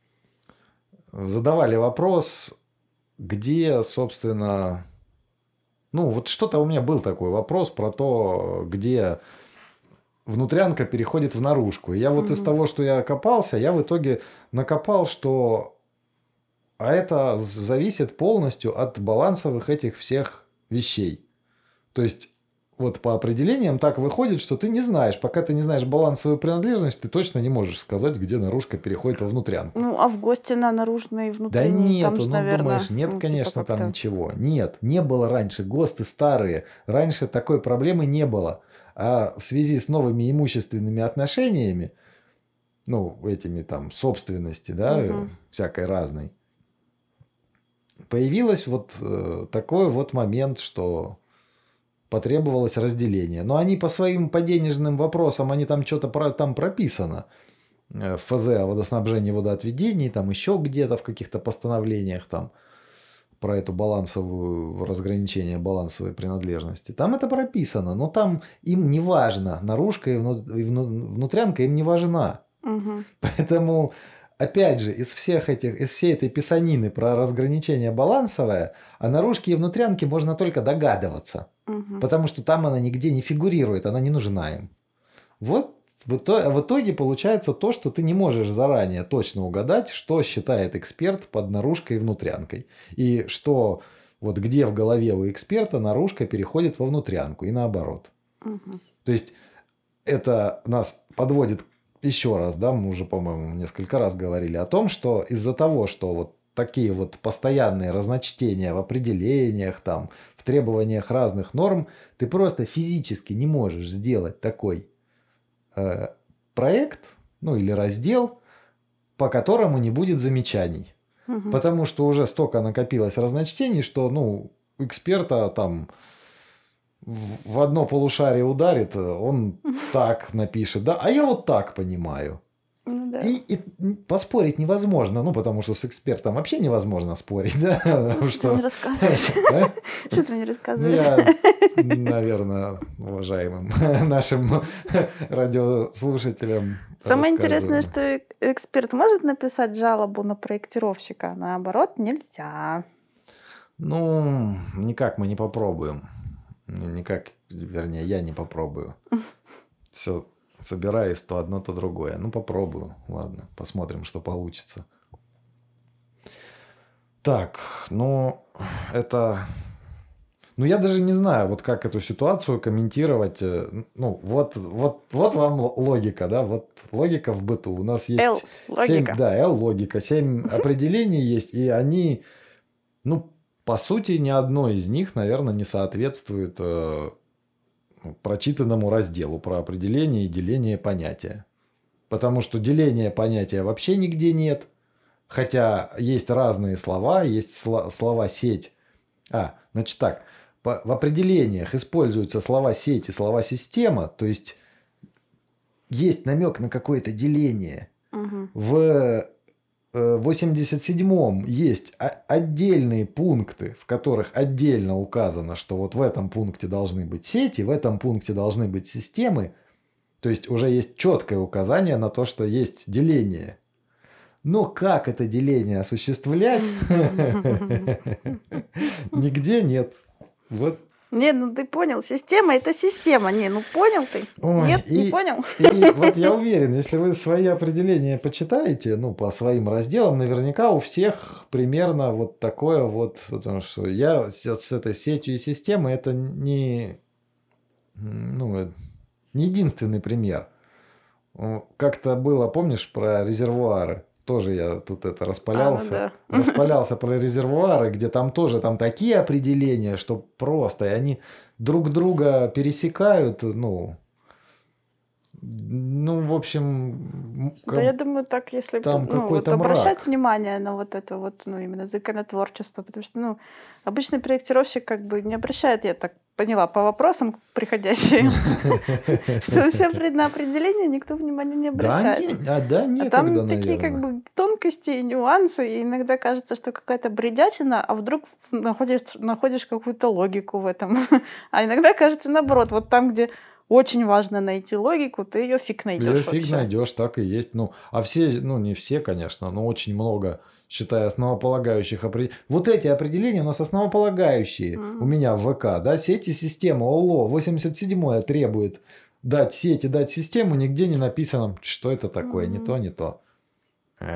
Задавали вопрос, где, собственно... Ну, вот что-то у меня был такой вопрос про то, где внутрянка переходит в наружку. И я вот из Мгм. того, что я копался, я в итоге накопал, что а это зависит полностью от балансовых этих всех вещей. То есть, вот по определениям так выходит, что ты не знаешь, пока ты не знаешь балансовую принадлежность, ты точно не можешь сказать, где наружка переходит во внутрянку. Ну, а в гости на наружный и Да внутренний, там нету, же, ну наверное, думаешь, нет, ну, конечно, типа там как-то... ничего. Нет, не было раньше, ГОСТы старые. Раньше такой проблемы не было. А в связи с новыми имущественными отношениями, ну, этими там собственности, да, э, Мгм. всякой разной, появилось вот э, такой вот момент, что потребовалось разделение. Но они по своим по денежным вопросам, они там что-то про, там прописано. Э, В ФЗ о водоснабжении и водоотведении, там еще где-то в каких-то постановлениях там про эту балансовую разграничение балансовой принадлежности. Там это прописано, но там им не важно. Наружка и, вну, и вну, внутрянка им не важна. Мгм. Поэтому, опять же, из всех этих, из всей этой писанины про разграничение балансовое, о наружке и внутрянке можно только догадываться. Мгм. Потому что там она нигде не фигурирует, она не нужна им. Вот в итоге, в итоге получается то, что ты не можешь заранее точно угадать, что считает эксперт под наружкой и внутрянкой. И что вот где в голове у эксперта наружка переходит во внутрянку и наоборот. Мгм. То есть это нас подводит еще раз, да, мы уже, по-моему, несколько раз говорили о том, что из-за того, что вот такие вот постоянные разночтения в определениях, там, в требованиях разных норм, ты просто физически не можешь сделать такой э, проект, ну или раздел, по которому не будет замечаний. Мгм. Потому что уже столько накопилось разночтений, что, ну, эксперта там в в одно полушарие ударит, он так напишет, да, а я вот так понимаю. Ну да. И, и поспорить невозможно, ну, потому что с экспертом вообще невозможно спорить, да, Ну, потому что ты мне что... рассказываешь? А? Что ты мне Ну, рассказываешь? я, наверное, уважаемым нашим радиослушателям Самое интересное, рассказываю. что эк- эксперт может написать жалобу на проектировщика, наоборот, нельзя. Ну, никак мы не попробуем. Ну, никак, вернее, я не попробую. Все собираюсь то одно, то другое. Ну, попробую. Ладно, посмотрим, что получится. Так, ну, это... Ну, я даже не знаю, вот как эту ситуацию комментировать. э, Ну, вот, вот, вот вам л- логика, да, вот логика в быту. У нас Л, есть семь, логика. да, L-логика, семь определений есть, и они, ну, по сути, ни одно из них, наверное, не соответствует э, прочитанному разделу про определение и деление понятия. Потому что деления понятия вообще нигде нет. Хотя есть разные слова, есть сло- слова сеть. А, значит так, по- в определениях используются слова сеть и слова система, то есть есть намек на какое-то деление. Мгм. В э, восемьдесят седьмом есть о- отдельные пункты, в которых отдельно указано, что вот в этом пункте должны быть сети, в этом пункте должны быть системы. То есть уже есть четкое указание на то, что есть деление. Но как это деление осуществлять, нигде нет. Вот. Не, ну ты понял, система это система. Не, ну понял ты? Ой, Нет, не и, понял? и вот я уверен, если вы свои определения почитаете, ну, по своим разделам, наверняка у всех примерно вот такое вот, потому что я с, с этой сетью и системой, это не, ну, э, не единственный пример. О, как-то было, помнишь, про резервуары? Тоже я тут это А, ну распалялся. да. Распалялся про резервуары, где там тоже там такие определения, что просто, и они друг друга пересекают, ну, ну, в общем, м, Да, я ком- думаю, так, если б, там ну, вот какой-то обращать мрак. внимание на вот это вот, ну, именно законотворчество, потому что, ну, обычный проектировщик как бы не обращает, я так поняла, по вопросам приходящим, что все на определение никто внимания не Да, обращает. не, а, да, А некогда, там такие как наверное. бы тонкости и нюансы, и иногда кажется, что какая-то бредятина, а вдруг находишь, находишь какую-то логику в этом. А иногда кажется наоборот, вот там, где очень важно найти логику, ты ее фиг Ее найдешь фиг вообще. найдешь, так и есть. Ну, а все, ну, не все, конечно, но очень много, считая основополагающих определений. Вот эти определения у нас основополагающие. У Мгм. меня в ВК, да, сети, система, ОЛО, восемьдесят седьмое требует дать сети, дать систему, нигде не написано, что это такое, не то, Мгм. не то. Эх.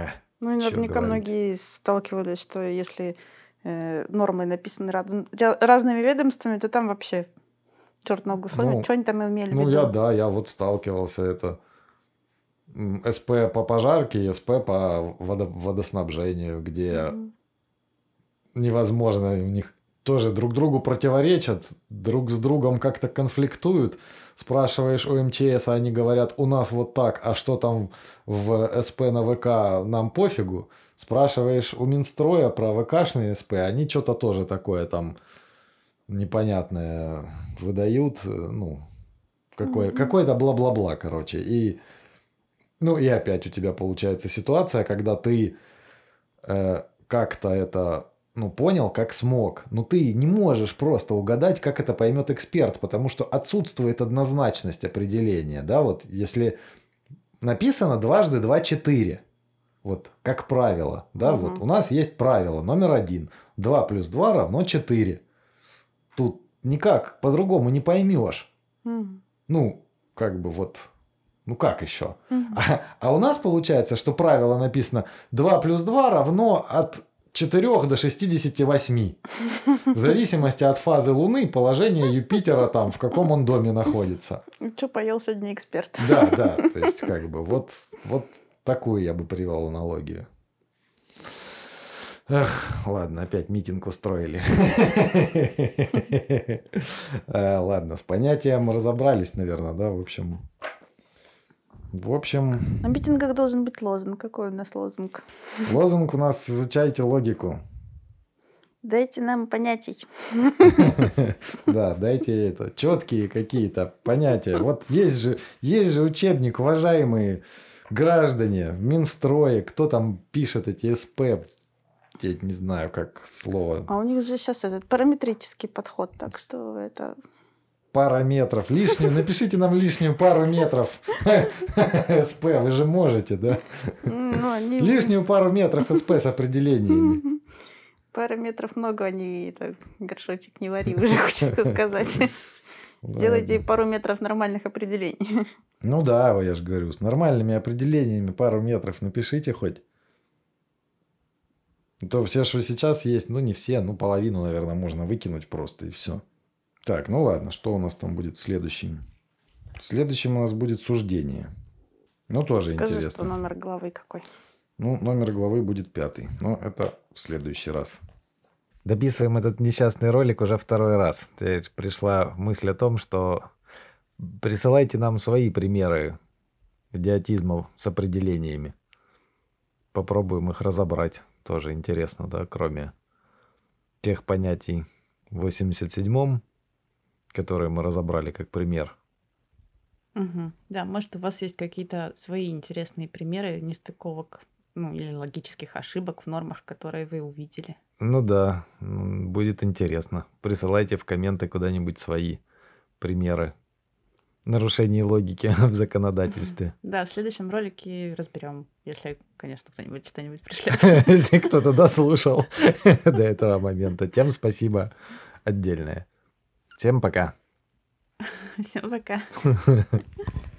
Ну, и Чё наверняка говорить. многие сталкивались, что если э, нормы написаны рад- ря- разными ведомствами, то там вообще черт ногу сломит. Ну, Что они там имели в ну я, виду? да, я вот сталкивался. Это м, СП по пожарке и СП по водо- водоснабжению, где Мгм. невозможно, у них тоже друг другу противоречат, друг с другом как-то конфликтуют. Спрашиваешь у МЧС, а они говорят, у нас вот так, а что там в СП на ВК, нам пофигу. Спрашиваешь у Минстроя про ВКшные СП, они что-то тоже такое там непонятное выдают, э, ну, какое, Мгм. какое-то бла-бла-бла, короче. И, ну, и опять у тебя получается ситуация, когда ты э, как-то это, ну, понял, как смог. Но ты не можешь просто угадать, как это поймет эксперт, потому что отсутствует однозначность определения. Да, вот если написано дважды два четыре, вот как правило, да, вот Мгм. у нас есть правило номер один. два плюс два равно четыре. Тут никак по-другому не поймешь. Мгм. Ну, как бы вот, ну как еще? Мгм. А, а у нас получается, что правило написано два плюс два равно от четырёх до шестидесяти восьми. В зависимости от фазы Луны, положения Юпитера, там, в каком он доме находится. Что поел сегодня эксперт? Да, да, то есть как бы вот, вот такую я бы привел аналогию. Эх, ладно, опять митинг устроили. Э, Ладно, с понятием разобрались, наверное, да, в общем. В общем, На митингах должен быть лозунг. Какой у нас лозунг? лозунг у нас «Изучайте логику». Дайте нам понятий. Да, дайте это четкие какие-то понятия. Вот есть же, есть же учебник, уважаемые граждане, в Минстрое, кто там пишет эти СП, я не знаю, как слово, А у них же сейчас этот параметрический подход, так что это... пара метров. Лишнюю, напишите нам лишнюю пару метров СП, вы же можете, да? Ну, они... Лишнюю пару метров СП с определениями. Пара метров много, они это, горшочек не вари, уже хочется сказать. Сделайте Ладно. пару метров нормальных определений. Ну да, я же говорю, с нормальными определениями пару метров напишите хоть. То все, что сейчас есть, ну не все, ну половину, наверное, можно выкинуть просто и все. Так, ну ладно, что у нас там будет следующим? Следующим у нас будет суждение. Ну тоже Скажи, интересно. что номер главы какой. Ну, номер главы будет пятый. Но это в следующий раз. Дописываем этот несчастный ролик уже второй раз. Теперь пришла мысль о том, что присылайте нам свои примеры идиотизмов с определениями. Попробуем их разобрать. Тоже интересно, да, кроме тех понятий в восемьдесят седьмом, которые мы разобрали как пример. Мгм. Да, может, у вас есть какие-то свои интересные примеры нестыковок, ну, или логических ошибок в нормах, которые вы увидели. Ну да, м, будет интересно. Присылайте в комменты куда-нибудь свои примеры нарушений логики в законодательстве. Да, в следующем ролике разберем, если, конечно, кто-нибудь что-нибудь пришлет. Если кто-то дослушал до этого момента, тем спасибо отдельное. Всем пока. Всем пока.